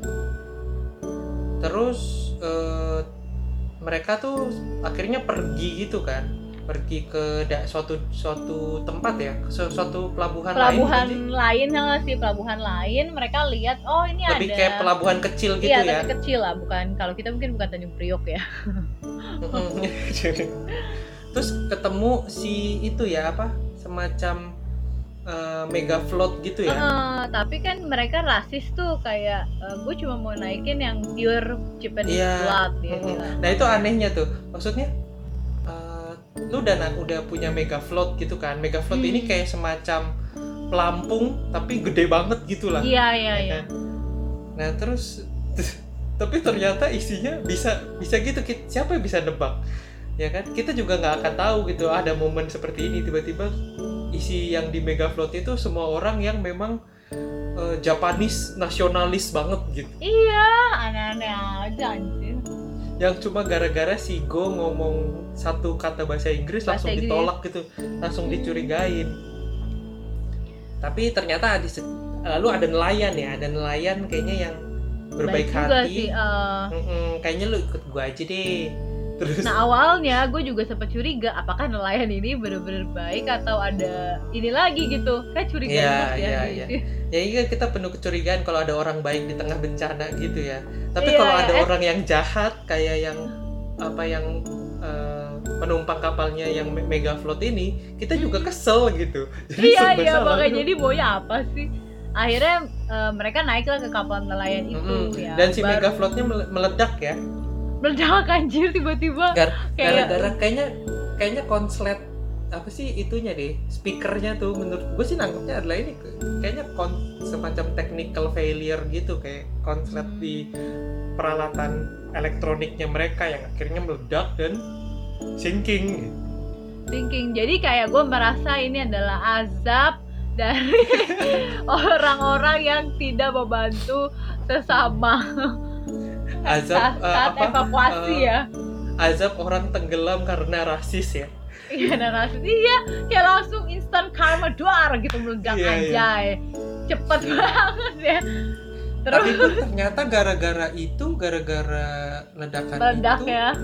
Terus mereka tuh akhirnya pergi gitu kan, pergi ke suatu tempat ya, suatu pelabuhan lain mereka lihat ini lebih ada kayak pelabuhan kecil gitu ya. Iya, tapi kecil lah, bukan, kalau kita mungkin bukan Tanjung Priok ya. Terus ketemu si itu ya apa, semacam mega float gitu ya. Tapi kan mereka rasis tuh, kayak gue cuma mau naikin yang pure Japanese blood ya. Nah itu anehnya tuh, maksudnya lu udah punya mega float gitu kan. Mega float ini kayak semacam pelampung tapi gede banget gitu lah. Iya. Kan? Nah terus tapi ternyata isinya bisa gitu, siapa yang bisa nebak? Ya kan, kita juga nggak akan tahu gitu. Ada momen seperti ini tiba-tiba isi yang di mega float itu semua orang yang memang Japanese nasionalis banget gitu. Iya, aneh-aneh aja anjir. Yang cuma gara-gara si Go ngomong satu kata bahasa Inggris Bahasa langsung Inggris. ditolak gitu, langsung dicurigain. Tapi ternyata lalu ada nelayan kayaknya yang berbaik Baik juga hati. sih. Kayaknya lu ikut gua aja deh. Terus Nah awalnya gue juga sempat curiga apakah nelayan ini bener-bener baik atau ada ini lagi gitu. Kayak curiga Iya, banget ya. iya, ya iya kita penuh kecurigaan kalau ada orang baik di tengah bencana gitu ya. Tapi Iya, kalau ada iya. orang yang jahat kayak yang penumpang kapalnya yang Megafloat ini, kita juga kesel gitu. Jadi Iya serba iya salah. makanya jadi maunya apa sih? Akhirnya mereka naiklah ke kapal nelayan itu ya. Dan si Baru- Megafloatnya meledak ya. meledak anjir tiba-tiba. Gara-gara kayaknya konslet apa sih itunya deh, speakernya tuh menurut gue sih nangkepnya adalah ini kayaknya semacam technical failure gitu, kayak konslet di peralatan elektroniknya mereka yang akhirnya meledak dan sinking. Jadi kayak gue merasa ini adalah azab dari orang-orang yang tidak membantu sesama Azab saat evakuasi ya. Azab orang tenggelam karena rasis ya. Iya narasi iya kayak langsung instant karma duar gitu meledak Iya, anjay. Cepet banget ya. Tapi Terus pun ternyata gara-gara ledakan meledak itu ya.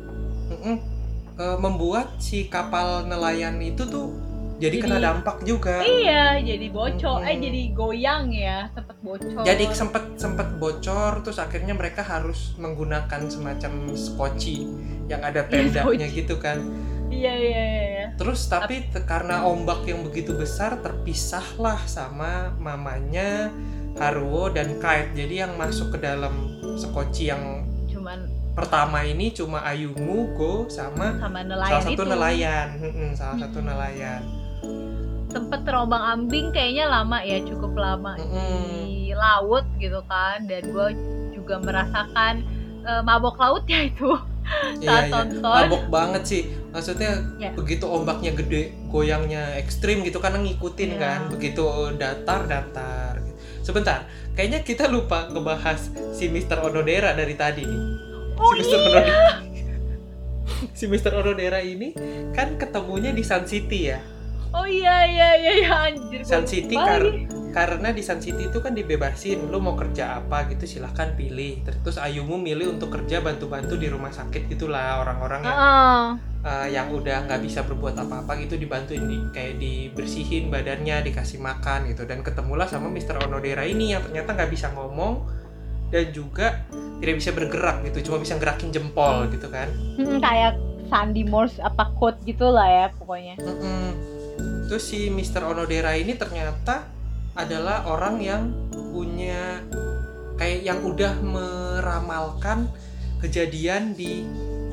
membuat si kapal nelayan itu tuh jadi kena Jadi- dampak juga. Iya, jadi bocor, Mm-mm. jadi goyang ya, sempet bocor. Jadi sempet bocor, terus akhirnya mereka harus menggunakan semacam skoci yang ada tendanya skoci. gitu kan. Iya. Terus tapi karena ombak yang begitu besar, terpisahlah sama mamanya Haruo dan Kite. Jadi yang masuk ke dalam skoci yang Cuman pertama ini cuma Ayumu, Go, sama sama nelayan salah satu itu nelayan. Salah satu nelayan. sempet terombang-ambing kayaknya lama ya, cukup lama di laut gitu kan. Dan gue juga merasakan mabok lautnya itu. Saat tonton. Mabok banget sih. Maksudnya Ya. begitu ombaknya gede, goyangnya ekstrim gitu kan, ngikutin Ya. kan. Begitu datar. Sebentar, kayaknya kita lupa ngebahas si Mr. Onodera dari tadi nih. Oh si Mr. iya. Onodera. Si Mr. Onodera ini kan ketemunya di Sun City ya. Oh iya anjir. gua Sun City lupa lagi. karena di Sun City itu kan dibebasin, lu mau kerja apa gitu silahkan pilih. Terus Ayumu milih untuk kerja bantu-bantu di rumah sakit gitulah, orang-orang yang udah nggak bisa berbuat apa-apa gitu dibantuin, kayak dibersihin badannya, dikasih makan gitu. Dan ketemulah sama Mr. Onodera ini yang ternyata nggak bisa ngomong dan juga tidak bisa bergerak gitu, cuma bisa gerakin jempol gitu kan. Kayak Sandy Morse apa quote gitulah ya pokoknya. Terus si Mr. Onodera ini ternyata adalah orang yang punya kayak yang udah meramalkan kejadian di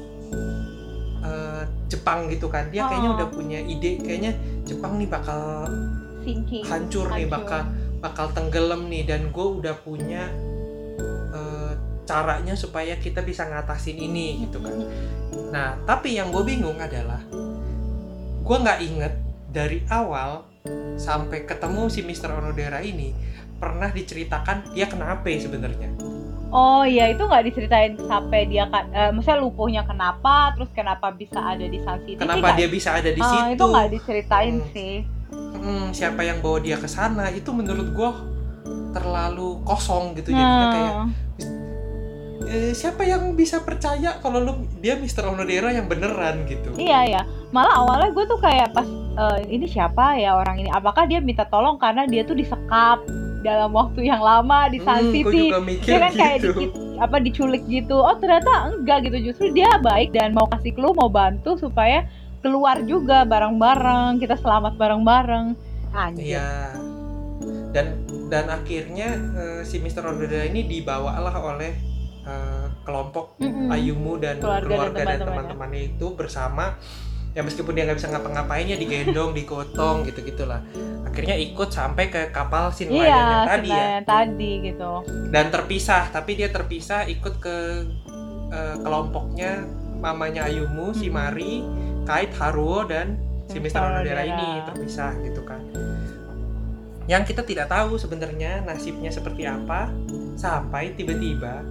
Jepang gitu kan. Dia kayaknya udah punya ide, kayaknya Jepang nih bakal Sinking. hancur nih, bakal tenggelam nih, dan gue udah punya caranya supaya kita bisa ngatasin ini gitu kan. Nah tapi yang gue bingung adalah gue nggak inget dari awal sampai ketemu si Mr. Onodera ini pernah diceritakan dia kenapa sebenarnya. Oh iya, itu nggak diceritain sampai dia maksudnya lumpuhnya kenapa, terus kenapa bisa ada di Sun City. Kenapa dia bisa ada di situ? Itu nggak diceritain sih. Siapa yang bawa dia ke sana? Itu menurut gue terlalu kosong gitu. Jadinya kayak siapa yang bisa percaya kalau dia Mr. Onodera yang beneran gitu. Iya. Malah awalnya gue tuh kayak pas ini siapa ya orang ini? Apakah dia minta tolong karena dia tuh disekap dalam waktu yang lama di Sun City? Gue juga mikir Dia kan kayak gitu. diculik gitu. Oh ternyata enggak gitu, justru dia baik dan mau kasih clue, mau bantu supaya keluar juga bareng-bareng, kita selamat bareng-bareng. Anjir. Iya. Dan akhirnya si Mr. Onodera ini dibawalah oleh kelompok Ayumu dan keluarga dan teman-temannya itu bersama. Ya meskipun dia nggak bisa ngapa-ngapain ya digendong, digotong gitu-gitulah. Akhirnya ikut sampai ke kapal si nelayan yang tadi ya. Yang tadi gitu. Dan terpisah, tapi dia terpisah ikut ke kelompoknya mamanya Ayumu, si Mari, Kite, Haruo dan si Mr. Onodera ini terpisah gitu kan. yang kita tidak tahu sebenarnya nasibnya seperti apa sampai tiba-tiba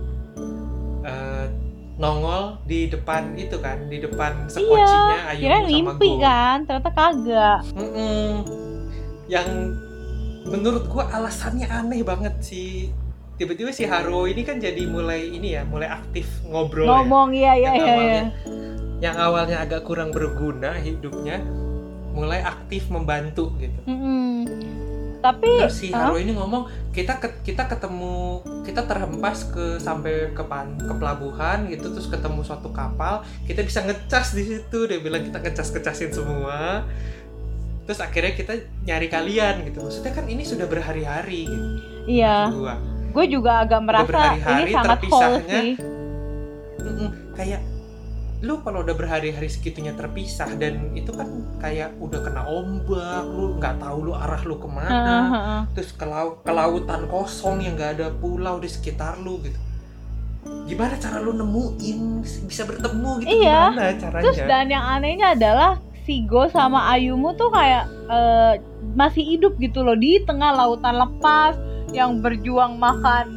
nongol di depan itu kan, di depan sekocinya Ayumu kira sama ngimpi Go. kan, ternyata kagak. Yang menurut gua alasannya aneh banget sih. Tiba-tiba si Haruo ini kan jadi mulai aktif ngobrol Ngomong ya. iya. Yang awalnya agak kurang berguna hidupnya, mulai aktif membantu gitu. Tapi Terus si Haruo ini ngomong, kita ketemu, kita terhempas sampai ke pelabuhan gitu, terus ketemu suatu kapal, kita bisa ngecas di situ. Dia bilang kita ngecas-ngecasin semua. Terus akhirnya kita nyari kalian gitu. Maksudnya kan ini sudah berhari-hari gitu. iya, gue juga agak merasa ini sangat whole sih. Kayak lu kalau udah berhari-hari segitunya terpisah, dan itu kan kayak udah kena ombak, lu nggak tahu lu arah lu kemana, terus ke lautan kosong yang nggak ada pulau di sekitar lu gitu. Gimana cara lu nemuin bisa bertemu gitu? Iya. Gimana caranya? Terus dan yang anehnya adalah si Go sama Ayumu tuh kayak masih hidup gitu loh di tengah lautan lepas yang berjuang makan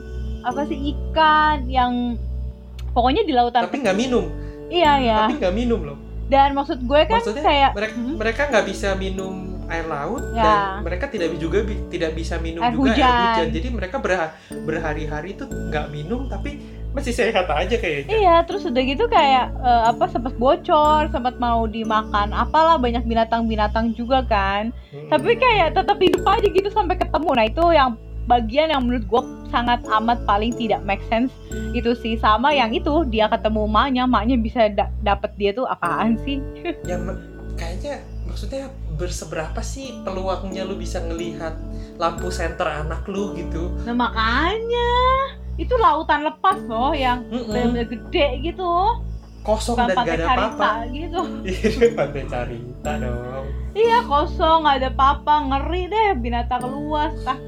ikan yang pokoknya di lautan. Tapi nggak minum. Iya. Tapi nggak minum loh. Dan maksud gue kan maksudnya kayak mereka nggak bisa minum air laut dan mereka tidak bisa minum air juga hujan. air hujan. Jadi mereka berhari-hari itu nggak minum tapi masih sehat aja kayaknya. Iya, terus udah gitu kayak sempat bocor, sempat mau dimakan apalah, banyak binatang-binatang juga kan. Tapi kayak tetap hidup aja gitu sampai ketemu. Nah, itu yang bagian yang menurut gue sangat amat paling tidak make sense itu sih. Sama yang itu dia ketemu maknya bisa dapet dia tuh apaan sih? Ya kayaknya maksudnya berseberapa sih peluangnya lu bisa ngelihat lampu senter anak lu gitu. Nah makanya itu lautan lepas loh yang bener-bener gede gitu, kosong bukan dan gak ada apa-apa gitu. Iya, pantai carita dong. Iya, kosong, gak ada apa-apa, ngeri deh, binatang luas.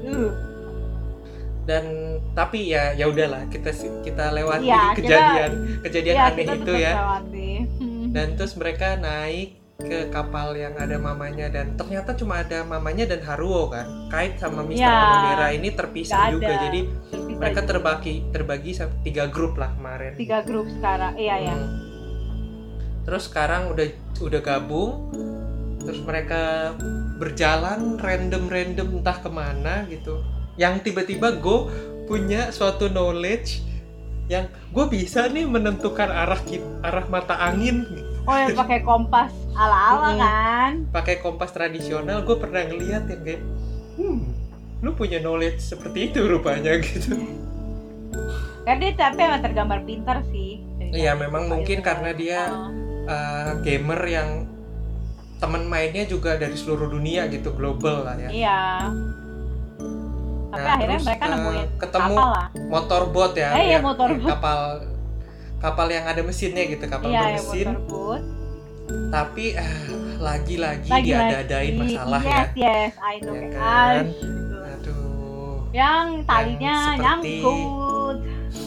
Dan tapi ya udahlah, kita lewati ya, kejadian aneh itu ya. Lewati. Dan terus mereka naik ke kapal yang ada mamanya, dan ternyata cuma ada mamanya dan Haruo kan. Kait sama Mr. Onodera ini terpisah juga. Jadi mereka terbagi 3 grup lah kemarin. 3 grup sekarang. Iya. Terus sekarang udah gabung. Terus mereka berjalan random entah kemana gitu. Yang tiba-tiba Go punya suatu knowledge yang gue bisa nih menentukan arah mata angin. Oh, yang pakai kompas ala-ala kan? Pakai kompas tradisional. Gue pernah ngeliat yang kayak, lu punya knowledge seperti itu rupanya gitu. Kan dia tapi emang tergambar pintar sih. Iya, memang mungkin karena dia gamer yang teman mainnya juga dari seluruh dunia gitu, global lah ya. Iya. Tapi akhirnya mereka nemuin ketemu kapal lah. Motorbot ya. Iya, motorbot. Kapal yang ada mesinnya gitu, kapal bermesin. Motorbot. Tapi lagi-lagi diada-adain masalah ya. Yes, I know ya kan? Aduh. Yang talinya nyangkut.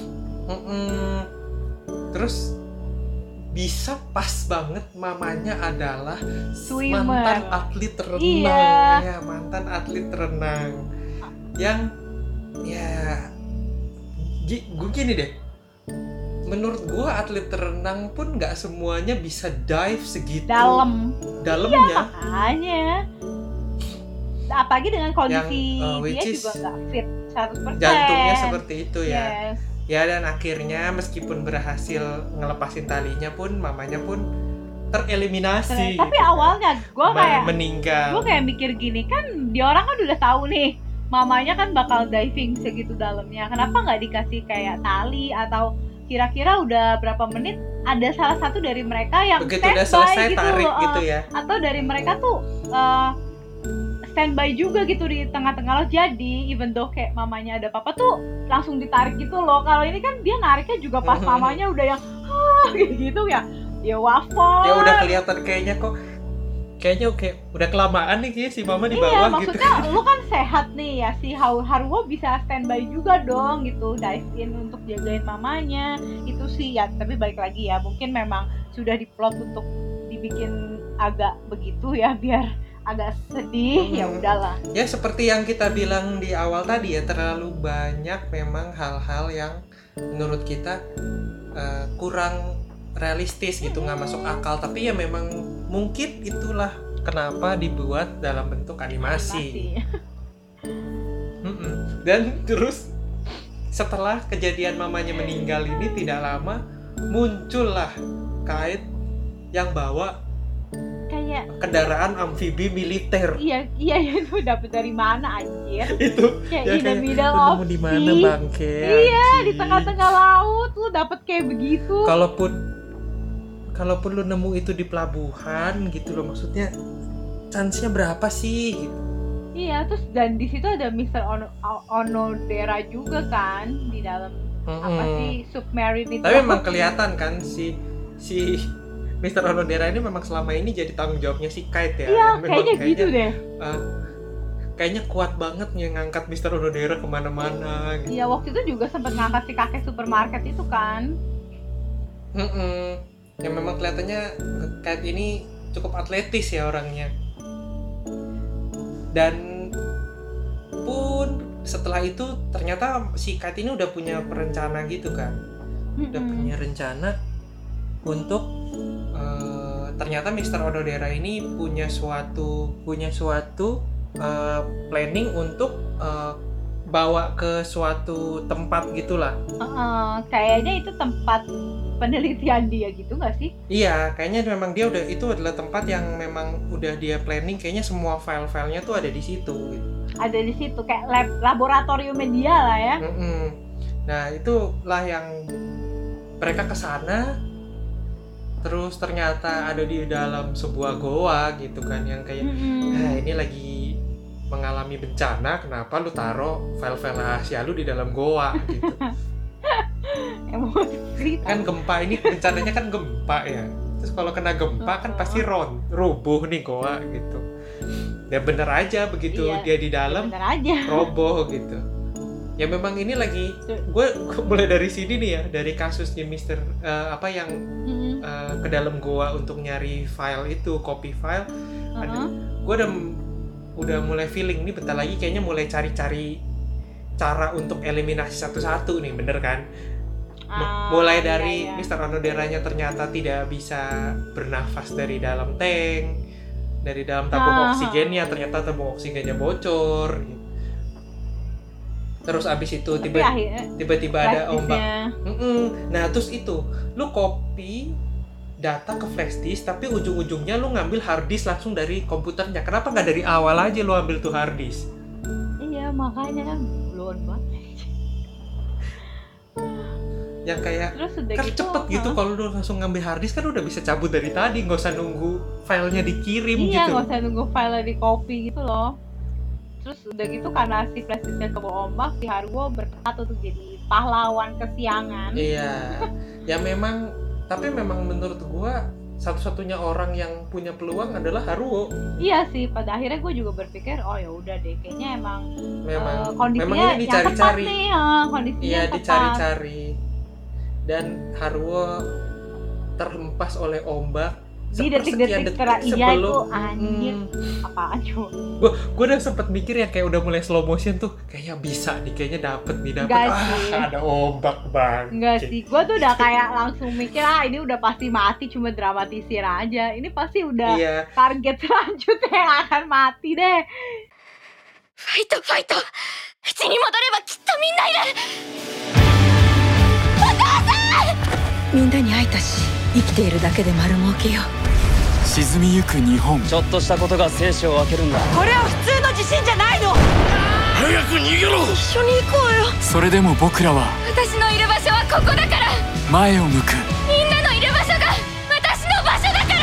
Terus bisa pas banget mamanya adalah swimmer. Mantan atlet renang. Iya. Ya, mantan atlet renang. Yang gue gini deh, menurut gue atlet renang pun nggak semuanya bisa dive segitu dalamnya. Iya, makanya apalagi dengan kondisi dia juga nggak fit 100%. Jantungnya seperti itu ya. Yes. Ya, dan akhirnya meskipun berhasil ngelepasin talinya pun mamanya pun tereliminasi. Tapi gitu awalnya gue kayak meninggal. Gue kayak mikir gini, kan dia orang kan udah tahu nih mamanya kan bakal diving segitu dalamnya. Kenapa nggak dikasih kayak tali atau kira-kira udah berapa menit ada salah satu dari mereka yang begitu udah gitu, selesai tarik gitu ya. Atau dari mereka tuh standby juga gitu di tengah-tengah laut. Jadi even though kayak mamanya ada apa-apa tuh langsung ditarik gitu loh. Kalau ini kan dia nariknya juga pas mamanya udah yang gitu ya. Ya wafat. Ya udah kelihatan kayaknya udah kelamaan nih kayak si mama di bawah gitu. Iya, maksudnya lu kan sehat nih ya, si Haruo bisa standby juga dong gitu, dive in untuk jagain mamanya. Itu sih ya, tapi balik lagi ya, mungkin memang sudah diplot untuk dibikin agak begitu ya, biar agak sedih, ya udahlah. Ya seperti yang kita bilang di awal tadi ya, terlalu banyak memang hal-hal yang menurut kita kurang realistis gitu, nggak masuk akal. Tapi ya memang mungkin itulah kenapa dibuat dalam bentuk animasi. Dan terus setelah kejadian mamanya meninggal ini tidak lama muncullah Kite yang bawa Kayak kendaraan amfibi militer. iya itu dapet dari mana anjir? Itu Kayak ya in the kayak, middle lu of nemu di mana sea. bangke? Iya, di anjing. tengah-tengah laut lu dapet kayak begitu. Kalaupun lu nemu itu di pelabuhan gitu loh, maksudnya chance-nya berapa sih gitu. Iya, terus dan di situ ada Mr. Onodera juga kan di dalam apa sih submarine itu. Tapi memang kelihatan kan si Mr. Onodera ini memang selama ini jadi tanggung jawabnya si Kite ya. Iya, Memang kayaknya gitu deh. Kayaknya kuat banget nih ngangkat Mr. Onodera kemana-mana gitu. Iya, waktu itu juga sempat ngangkat si kakek supermarket itu kan. Yang memang kelihatannya Kite ini cukup atletis ya orangnya. Dan pun setelah itu ternyata si Kite ini udah punya perencana gitu kan. Udah punya rencana untuk ternyata Mr. Onodera ini punya suatu planning untuk bawa ke suatu tempat gitulah. Kayaknya itu tempat penelitian dia gitu nggak sih? Iya, kayaknya memang itu adalah tempat yang memang udah dia planning. Kayaknya semua file-filenya tuh ada di situ. Gitu. Ada di situ kayak laboratoriumnya dia lah ya. Nah itulah yang mereka kesana. Terus ternyata ada di dalam sebuah goa gitu kan, yang kayak ini lagi mengalami bencana, kenapa lu taruh file-file rahasia lu di dalam goa gitu. Emosi Kan gempa ini bencananya kan gempa ya. Terus kalau kena gempa kan pasti rubuh nih goa gitu. Ya bener aja begitu dia di dalam roboh gitu. Ya memang ini lagi gue mulai dari sini nih ya, dari kasusnya Mister yang ke dalam goa untuk nyari file itu, copy file. Gue udah mulai feeling nih bentar lagi kayaknya mulai cari-cari cara untuk eliminasi satu-satu nih, bener kan? Mulai dari Mr. Onoderanya ternyata tidak bisa bernafas dari dalam tank, dari dalam tabung oksigennya ternyata tabung oksigennya bocor. Terus abis itu tiba-tiba ada ombak. Nah terus itu, lu copy data ke flash disk, tapi ujung-ujungnya lu ngambil hard disk langsung dari komputernya. Kenapa nggak dari awal aja lu ambil tuh hard disk? Iya makanya kan blown banget. Yang kayak kan gitu, cepet gitu kalau lu langsung ngambil hard disk kan udah bisa cabut dari tadi, nggak usah nunggu filenya dikirim gitu. Iya, nggak usah nunggu filenya di copy gitu loh. Terus udah gitu karena si flash disknya kebawa ombak, si Haruo bertekad untuk jadi pahlawan kesiangan. Iya, ya memang, tapi memang menurut gua satu-satunya orang yang punya peluang adalah Haruo. Iya sih, pada akhirnya gue juga berpikir oh ya udah deh, kayaknya emang memang kondisinya ini yang tepat nih, kondisinya iya, tepat. dicari-cari. Dan Haruo terhempas oleh ombak di detik-detik terakhir itu anjir. Apaan coba? Gue udah sempet mikir ya, kayak udah mulai slow motion tuh, kayaknya bisa nih, kayaknya dapet ada ombak bang. Enggak sih, gue tuh udah kayak langsung mikir ini udah pasti mati, cuma dramatisir aja. Ini pasti udah target selanjutnya yang akan mati deh. Fight, 家に戻ればきっとみんないる。お父さん！みんなに会えたし、生きているだけで丸儲けよ。 沈みゆく日本。 ちょっとしたことが生死を分けるんだ。 これは普通の地震じゃないの。 早く逃げろ。 一緒に行こうよ。 それでも僕らは私のいる場所はここだから。 前を向く。 みんなのいる場所が私の場所だから。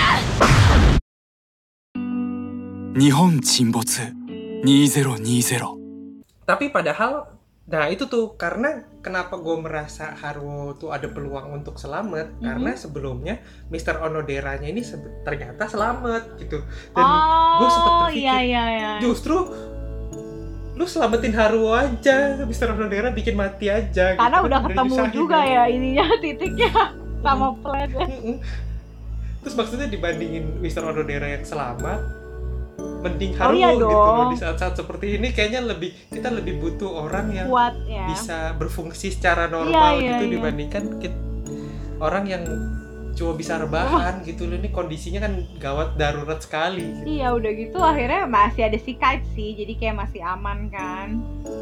日本沈没2020。 Tapi padahal, nah itu tuh karena kenapa gue merasa Haruo tuh ada peluang untuk selamat, karena sebelumnya Mr. Onoderanya ini ternyata selamat gitu. Dan gue sempat berpikir justru lu selamatin Haruo aja, Mr. Onodera bikin mati aja. Karena gitu. udah ketemu juga ya ininya titiknya sama plan. Terus maksudnya dibandingin Mr. Onodera yang selamat, mending Oh, haru iya gitu dong. loh. Di saat-saat seperti ini kayaknya kita lebih butuh orang yang Kuat ya. bisa berfungsi secara normal Iya, gitu iya. dibandingkan orang yang cuma bisa rebahan gitu loh. Ini kondisinya kan gawat, darurat sekali gitu. Iya udah gitu akhirnya masih ada si Kite sih, jadi kayak masih aman kan.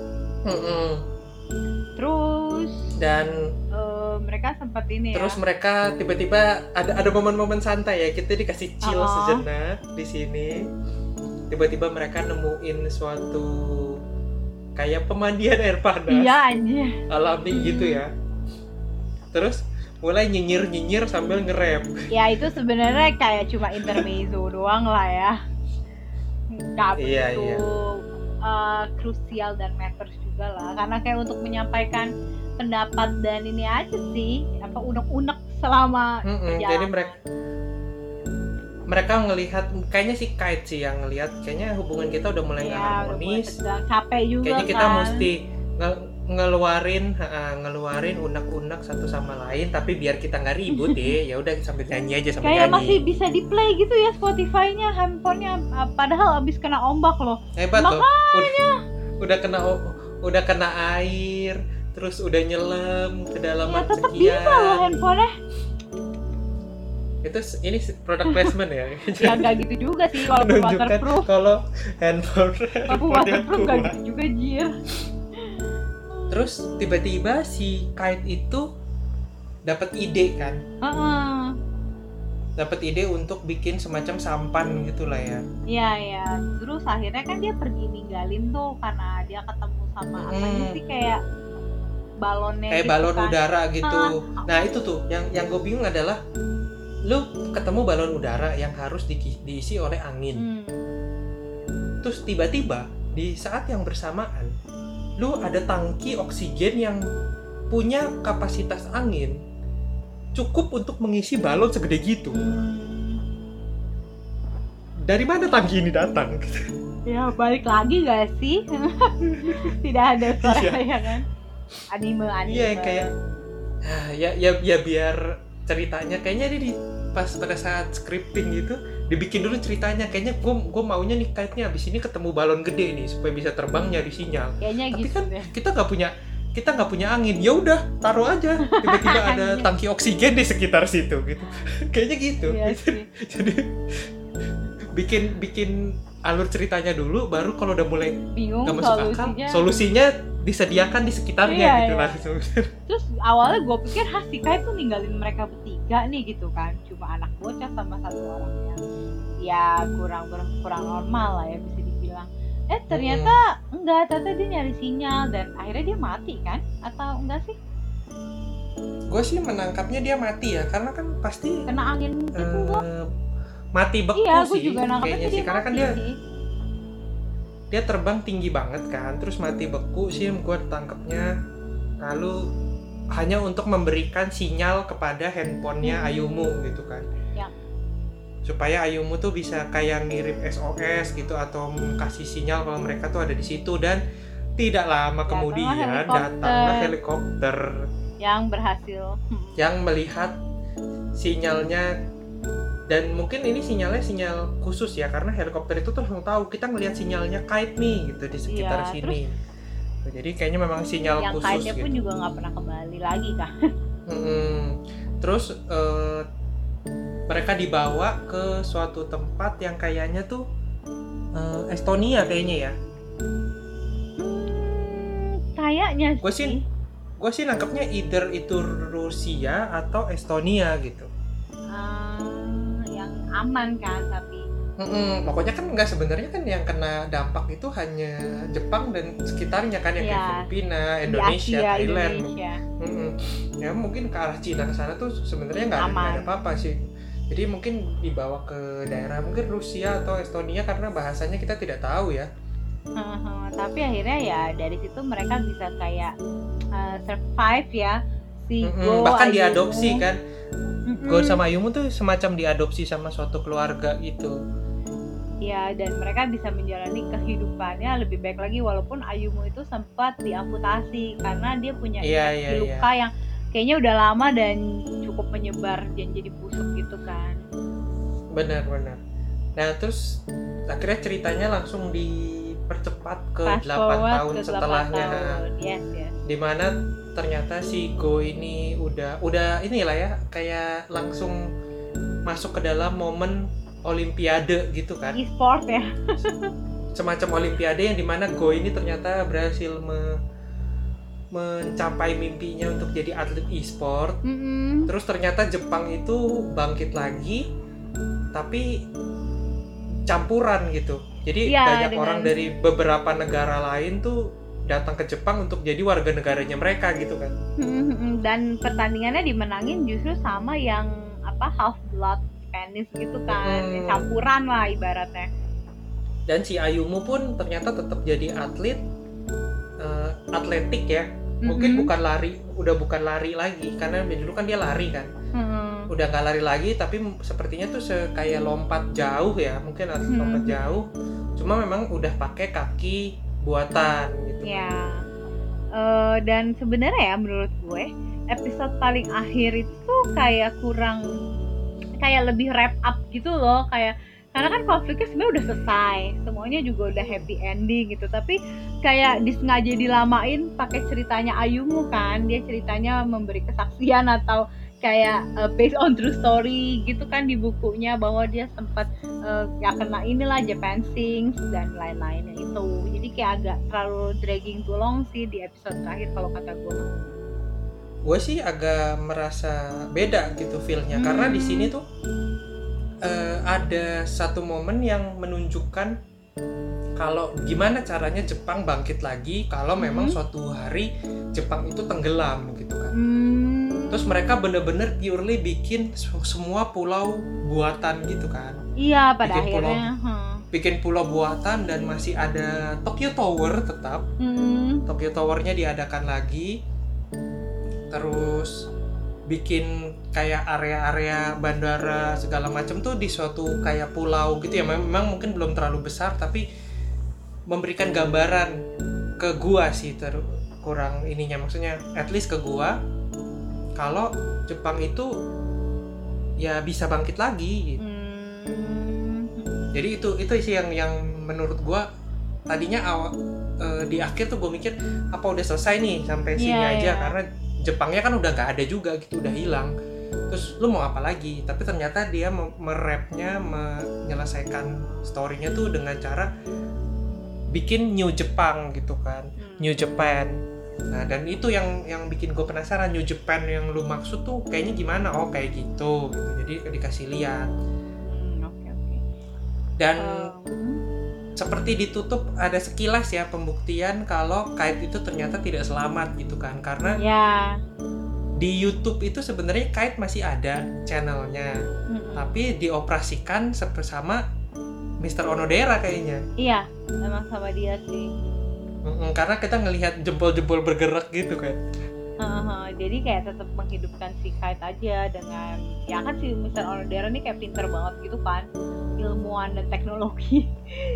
Terus Dan mereka sempat ini terus ya. mereka tiba-tiba ada momen-momen santai ya, kita dikasih chill Oh. sejenak di sini. Tiba-tiba mereka nemuin suatu kayak pemandian air panas Iya anjir. alami gitu ya. Terus mulai nyinyir sambil nge-rap. Ya itu sebenarnya kayak cuma intermezzo doang lah ya. Nggak Iya, begitu krusial dan matters juga lah. Karena kayak untuk menyampaikan pendapat dan ini aja sih, apa unek-unek selama perjalanan. Jadi mereka ngelihat, kayaknya si Kite sih yang ngelihat, kayaknya hubungan kita udah mulai nggak ya, udah mulai harmonis. tegang, capek juga Kayaknya kita kan. mesti ngeluarin unek-unek satu sama lain, tapi biar kita nggak ribut ya udah sambil nyanyi aja sambil Kayak nyanyi. masih bisa di play gitu ya Spotify-nya, handphonenya, padahal abis kena ombak loh. Hebat loh. Udah kena air, terus udah nyelam ke dalam Ya tetap bisa loh handphonenya. Itu ini product placement ya. Ya nggak gitu juga sih, walaupun Menunjukkan waterproof. kalau handphone Walaupun waterproof nggak gitu juga jir. Terus tiba-tiba si Kite itu dapat ide kan, dapat ide untuk bikin semacam sampan gitulah ya. Iya ya. Terus akhirnya kan dia pergi ninggalin tuh karena dia ketemu sama apanya sih kayak balonnya. Kayak gitu balon kan. udara gitu. Nah itu tuh yang gue bingung adalah lu ketemu balon udara yang harus diisi oleh angin. Terus tiba-tiba di saat yang bersamaan lu ada tangki oksigen yang punya kapasitas angin cukup untuk mengisi balon segede gitu. Dari mana tangki ini datang? Ya balik lagi gak sih? Tidak ada suara Iya. ya kan? Anime. Iya kayak ya biar ceritanya kayaknya dia pas pada saat scripting gitu dibikin dulu ceritanya, kayaknya gue maunya nih Kite-nya abis ini ketemu balon gede nih supaya bisa terbang nyari sinyal. Kayaknya Tapi gitu kan deh. kita nggak punya angin, ya udah taruh aja, tiba-tiba ada tangki oksigen di sekitar situ gitu. Kayaknya gitu. Iya sih. Jadi bikin alur ceritanya dulu, baru kalau udah mulai Bingung nggak masuk akal, solusinya. solusinya disediakan di sekitarnya Iya, gitu iya. langsung. Terus awalnya gue pikir si Kai tuh ninggalin mereka bertiga nih gitu kan, cuma anak bocah sama satu orang yang ya kurang normal lah ya bisa dibilang. Ternyata enggak, ternyata dia nyari sinyal dan akhirnya dia mati kan? Atau enggak sih? Gue sih menangkapnya dia mati ya, karena kan pasti Kena angin gitu loh. mati beku Iya, gue sih juga nangkapnya kayaknya dia sih, karena kan mati sih. dia terbang tinggi banget kan, terus mati beku sih gue tangkapnya. Lalu hanya untuk memberikan sinyal kepada handphonenya Ayumu gitu kan, Ya. supaya Ayumu tuh bisa kayak ngirim SOS gitu atau kasih sinyal kalau mereka tuh ada di situ. Dan tidak lama kemudian datanglah helikopter Yang berhasil. yang melihat sinyalnya. Dan mungkin ini sinyal khusus ya, karena helikopter itu tuh langsung tahu kita ngelihat sinyalnya Kite nih gitu di sekitar Iya, sini. Jadi kayaknya memang sinyal Yang khusus kainnya gitu. pun juga nggak pernah kembali lagi kan. Terus mereka dibawa ke suatu tempat yang kayaknya tuh Estonia kayaknya ya. Kayaknya Gue sih. sih nangkepnya either itu Rusia atau Estonia gitu. Yang aman kan tapi. Pokoknya kan nggak, sebenarnya kan yang kena dampak itu hanya Jepang dan sekitarnya kan, yang kayak Iya. Filipina, Di Indonesia, Asia, Thailand. Indonesia. Ya mungkin ke arah Cina ke sana tuh sebenarnya nggak Aman. ada apa-apa sih. Jadi mungkin dibawa ke daerah mungkin Rusia atau Estonia karena bahasanya kita tidak tahu ya. Tapi akhirnya ya dari situ mereka bisa kayak survive ya. Si Go, Bahkan Ayumu. diadopsi kan. Mm-mm. Go sama Ayumu tuh semacam diadopsi sama suatu keluarga gitu. Ya, dan mereka bisa menjalani kehidupannya lebih baik lagi walaupun Ayumu itu sempat diamputasi karena dia punya infeksi luka yang kayaknya udah lama dan cukup menyebar dan jadi busuk gitu kan. Benar. Nah terus akhirnya ceritanya langsung dipercepat ke Fast 8 forward tahun ke 8 setelahnya. tahun. Yes. Dimana ternyata si Go ini udah inilah ya, kayak langsung masuk ke dalam momen olimpiade gitu kan, E-sport ya. semacam olimpiade yang dimana Go ini ternyata berhasil mencapai mimpinya untuk jadi atlet e-sport. Terus ternyata Jepang itu bangkit lagi, tapi campuran gitu. Jadi Iya, banyak orang dari beberapa negara lain tuh datang ke Jepang untuk jadi warga negaranya mereka gitu kan. Dan pertandingannya dimenangin justru sama yang half blood Spanish gitu kan, campuran lah ibaratnya. Dan si Ayumu pun ternyata tetap jadi atlet atletik ya. Mungkin bukan lari lagi, karena dulu kan dia lari kan. Udah nggak lari lagi, tapi sepertinya tuh kayak lompat jauh ya, mungkin atlet lompat jauh. Cuma memang udah pakai kaki buatan gitu. Ya. Dan sebenarnya ya menurut gue episode paling akhir itu kayak kurang, kayak lebih wrap up gitu loh, kayak karena kan konfliknya sebenarnya udah selesai, semuanya juga udah happy ending gitu, tapi kayak disengaja dilamain pakai ceritanya Ayumu kan, dia ceritanya memberi kesaksian atau kayak based on true story gitu kan di bukunya, bahwa dia sempat ya kena inilah Japan Sinks dan lain-lainnya itu. Jadi kayak agak terlalu dragging too long sih di episode terakhir kalau kata gue. Gue sih agak merasa beda gitu feel-nya, karena di sini tuh ada satu momen yang menunjukkan kalau gimana caranya Jepang bangkit lagi kalau memang suatu hari Jepang itu tenggelam gitu kan. Terus mereka bener-bener purely bikin semua pulau buatan gitu kan. Iya, pada akhirnya bikin pulau buatan dan masih ada Tokyo Tower tetap. Tokyo Towernya diadakan lagi. Terus bikin kayak area-area bandara segala macam tuh di suatu kayak pulau gitu ya. Memang mungkin belum terlalu besar, tapi memberikan gambaran ke gua sih kurang ininya, maksudnya at least ke gua kalau Jepang itu ya bisa bangkit lagi gitu. Jadi itu sih yang menurut gua tadinya di akhir tuh gua mikir apa udah selesai nih sampai sini aja, karena Jepangnya kan udah gak ada juga gitu, udah hilang. Terus lu mau apa lagi? Tapi ternyata dia merapnya, menyelesaikan story-nya tuh dengan cara bikin New Jepang gitu kan, New Japan. Nah, dan itu yang bikin gue penasaran, New Japan yang lu maksud tuh kayaknya gimana? Oh, kayak gitu. Jadi dikasih lihat. Oke. Dan seperti ditutup ada sekilas ya pembuktian kalau Kite itu ternyata tidak selamat gitu kan, karena di YouTube itu sebenarnya Kite masih ada channelnya, tapi dioperasikan bersama Mr. Onodera kayaknya. Iya, emang sama dia sih. Karena kita ngelihat jempol-jempol bergerak gitu kan. Jadi kayak tetap menghidupkan si Kite aja dengan, ya kan si Mr. Onodera nih kayak pinter banget gitu kan, ilmuwan dan teknologi.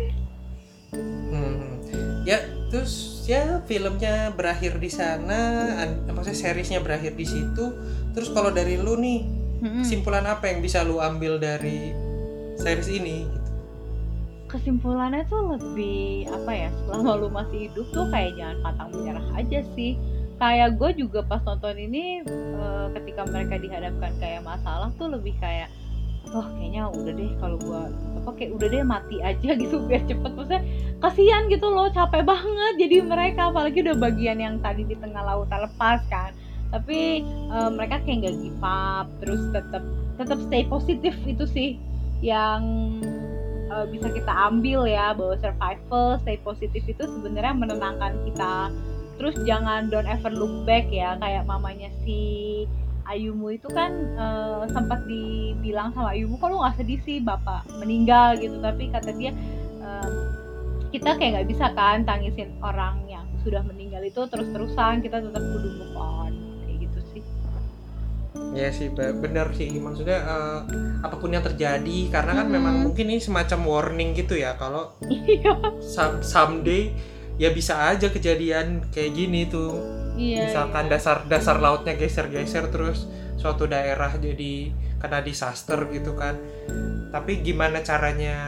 Ya terus ya filmnya berakhir di sana, maksudnya seriesnya berakhir di situ. Terus kalau dari lu nih, kesimpulan apa yang bisa lu ambil dari series ini? Kesimpulannya tuh lebih apa ya, selama lu masih hidup tuh kayak jangan pantang menyerah aja sih. Kayak gue juga pas nonton ini, ketika mereka dihadapkan kayak masalah tuh lebih kayak, kayaknya udah deh kalau gue kayak udah deh mati aja gitu biar cepet. Maksudnya kasihan gitu loh, capek banget jadi mereka, apalagi udah bagian yang tadi di tengah lautan lepas kan. Tapi mereka kayak nggak give up, terus tetap stay positif. Itu sih yang bisa kita ambil ya, bahwa survival, stay positif itu sebenarnya menenangkan kita. Terus jangan don't ever look back ya, kayak mamanya si Ayumu itu kan sempat dibilang sama Ayumu, kok lu nggak sedih sih bapak meninggal gitu, tapi kata dia kita kayak nggak bisa kan tangisin orang yang sudah meninggal itu terus-terusan, kita tetap kudu move on kayak gitu sih. Ya sih bener sih, maksudnya apapun yang terjadi, karena kan memang mungkin ini semacam warning gitu ya, kalau someday ya bisa aja kejadian kayak gini tuh. Misalkan dasar lautnya geser-geser, terus suatu daerah jadi kena disaster gitu kan. Tapi gimana caranya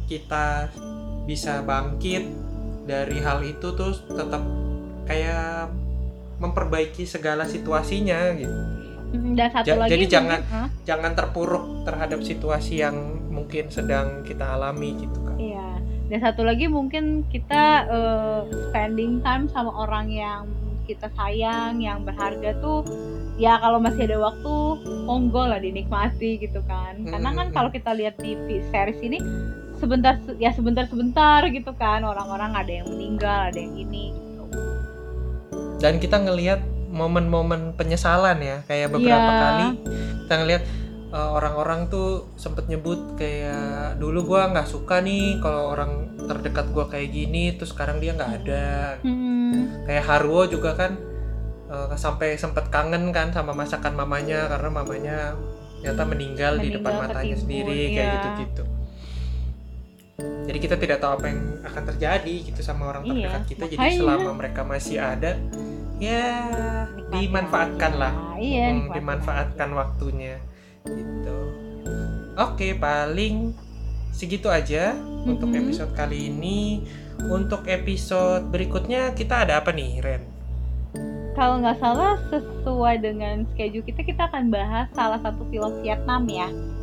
kita bisa bangkit dari hal itu, terus tetap kayak memperbaiki segala situasinya gitu. Dan satu lagi Jadi mungkin, jangan terpuruk terhadap situasi yang mungkin sedang kita alami gitu kan. iya. Dan satu lagi mungkin kita spending time sama orang yang kita sayang, yang berharga tuh ya kalau masih ada waktu monggo lah dinikmati gitu kan. Karena kan kalau kita lihat di series ini sebentar gitu kan, orang-orang ada yang meninggal, ada yang ini gitu. Dan kita ngelihat momen-momen penyesalan ya, kayak beberapa kali kita ngelihat orang-orang tuh sempet nyebut kayak dulu gua nggak suka nih kalau orang terdekat gua kayak gini, terus sekarang dia nggak ada. Kayak Haruo juga kan sampai sempet kangen kan sama masakan mamanya karena mamanya ternyata meninggal di depan matanya ketimbun, sendiri kayak gitu-gitu. Jadi kita tidak tahu apa yang akan terjadi gitu sama orang terdekat kita. Jadi selama mereka masih ada, ya dimanfaatkan lah. Dimanfaatkan waktunya gitu. Oke, paling segitu aja untuk episode kali ini. Untuk episode berikutnya kita ada apa nih, Ren? Kalau nggak salah sesuai dengan schedule kita akan bahas salah satu film Vietnam ya.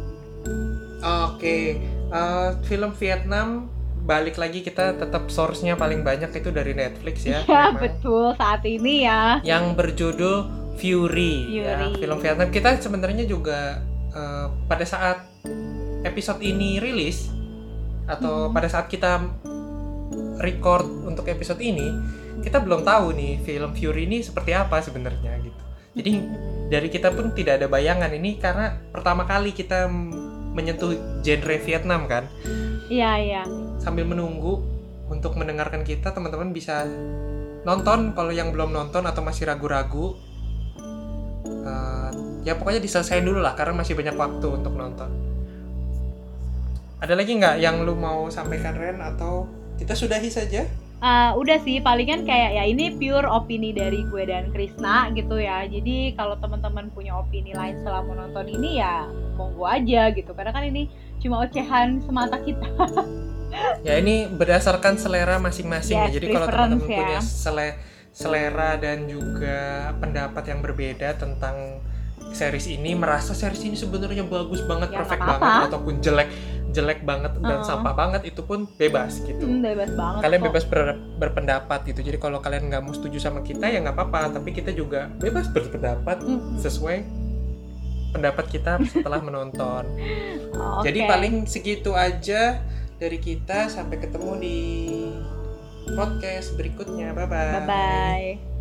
Oke, film Vietnam balik lagi kita tetap source-nya paling banyak itu dari Netflix ya. Iya betul, saat ini ya. Yang berjudul Fury. Ya, film Vietnam. Kita sebenarnya juga pada saat episode ini rilis atau pada saat kita record untuk episode ini, kita belum tahu nih film Fury ini seperti apa sebenarnya gitu. Jadi dari kita pun tidak ada bayangan ini karena pertama kali kita menyentuh genre Vietnam kan. Iya. Sambil menunggu untuk mendengarkan kita, teman-teman bisa nonton kalau yang belum nonton atau masih ragu-ragu. Ya pokoknya diselesain dulu lah karena masih banyak waktu untuk nonton. Ada lagi nggak yang lu mau sampaikan, Ren, atau kita sudahi saja? Udah sih, palingan kayak ya ini pure opini dari gue dan Krisna gitu ya. Jadi kalau teman-teman punya opini lain setelah menonton ini ya monggo aja gitu. Karena kan ini cuma ocehan semata kita. Ya ini berdasarkan selera masing-masing ya. Jadi kalau teman-teman punya selera dan juga pendapat yang berbeda tentang series ini, merasa series ini sebenarnya bagus banget, ya, perfect banget, ataupun jelek banget dan sampah banget, itu pun bebas gitu. Bebas banget. Kalian bebas berpendapat gitu. Jadi kalau kalian nggak mau setuju sama kita ya nggak apa-apa, tapi kita juga bebas berpendapat sesuai pendapat kita setelah menonton. Jadi paling segitu aja dari kita. Sampai ketemu di podcast berikutnya. Bye bye.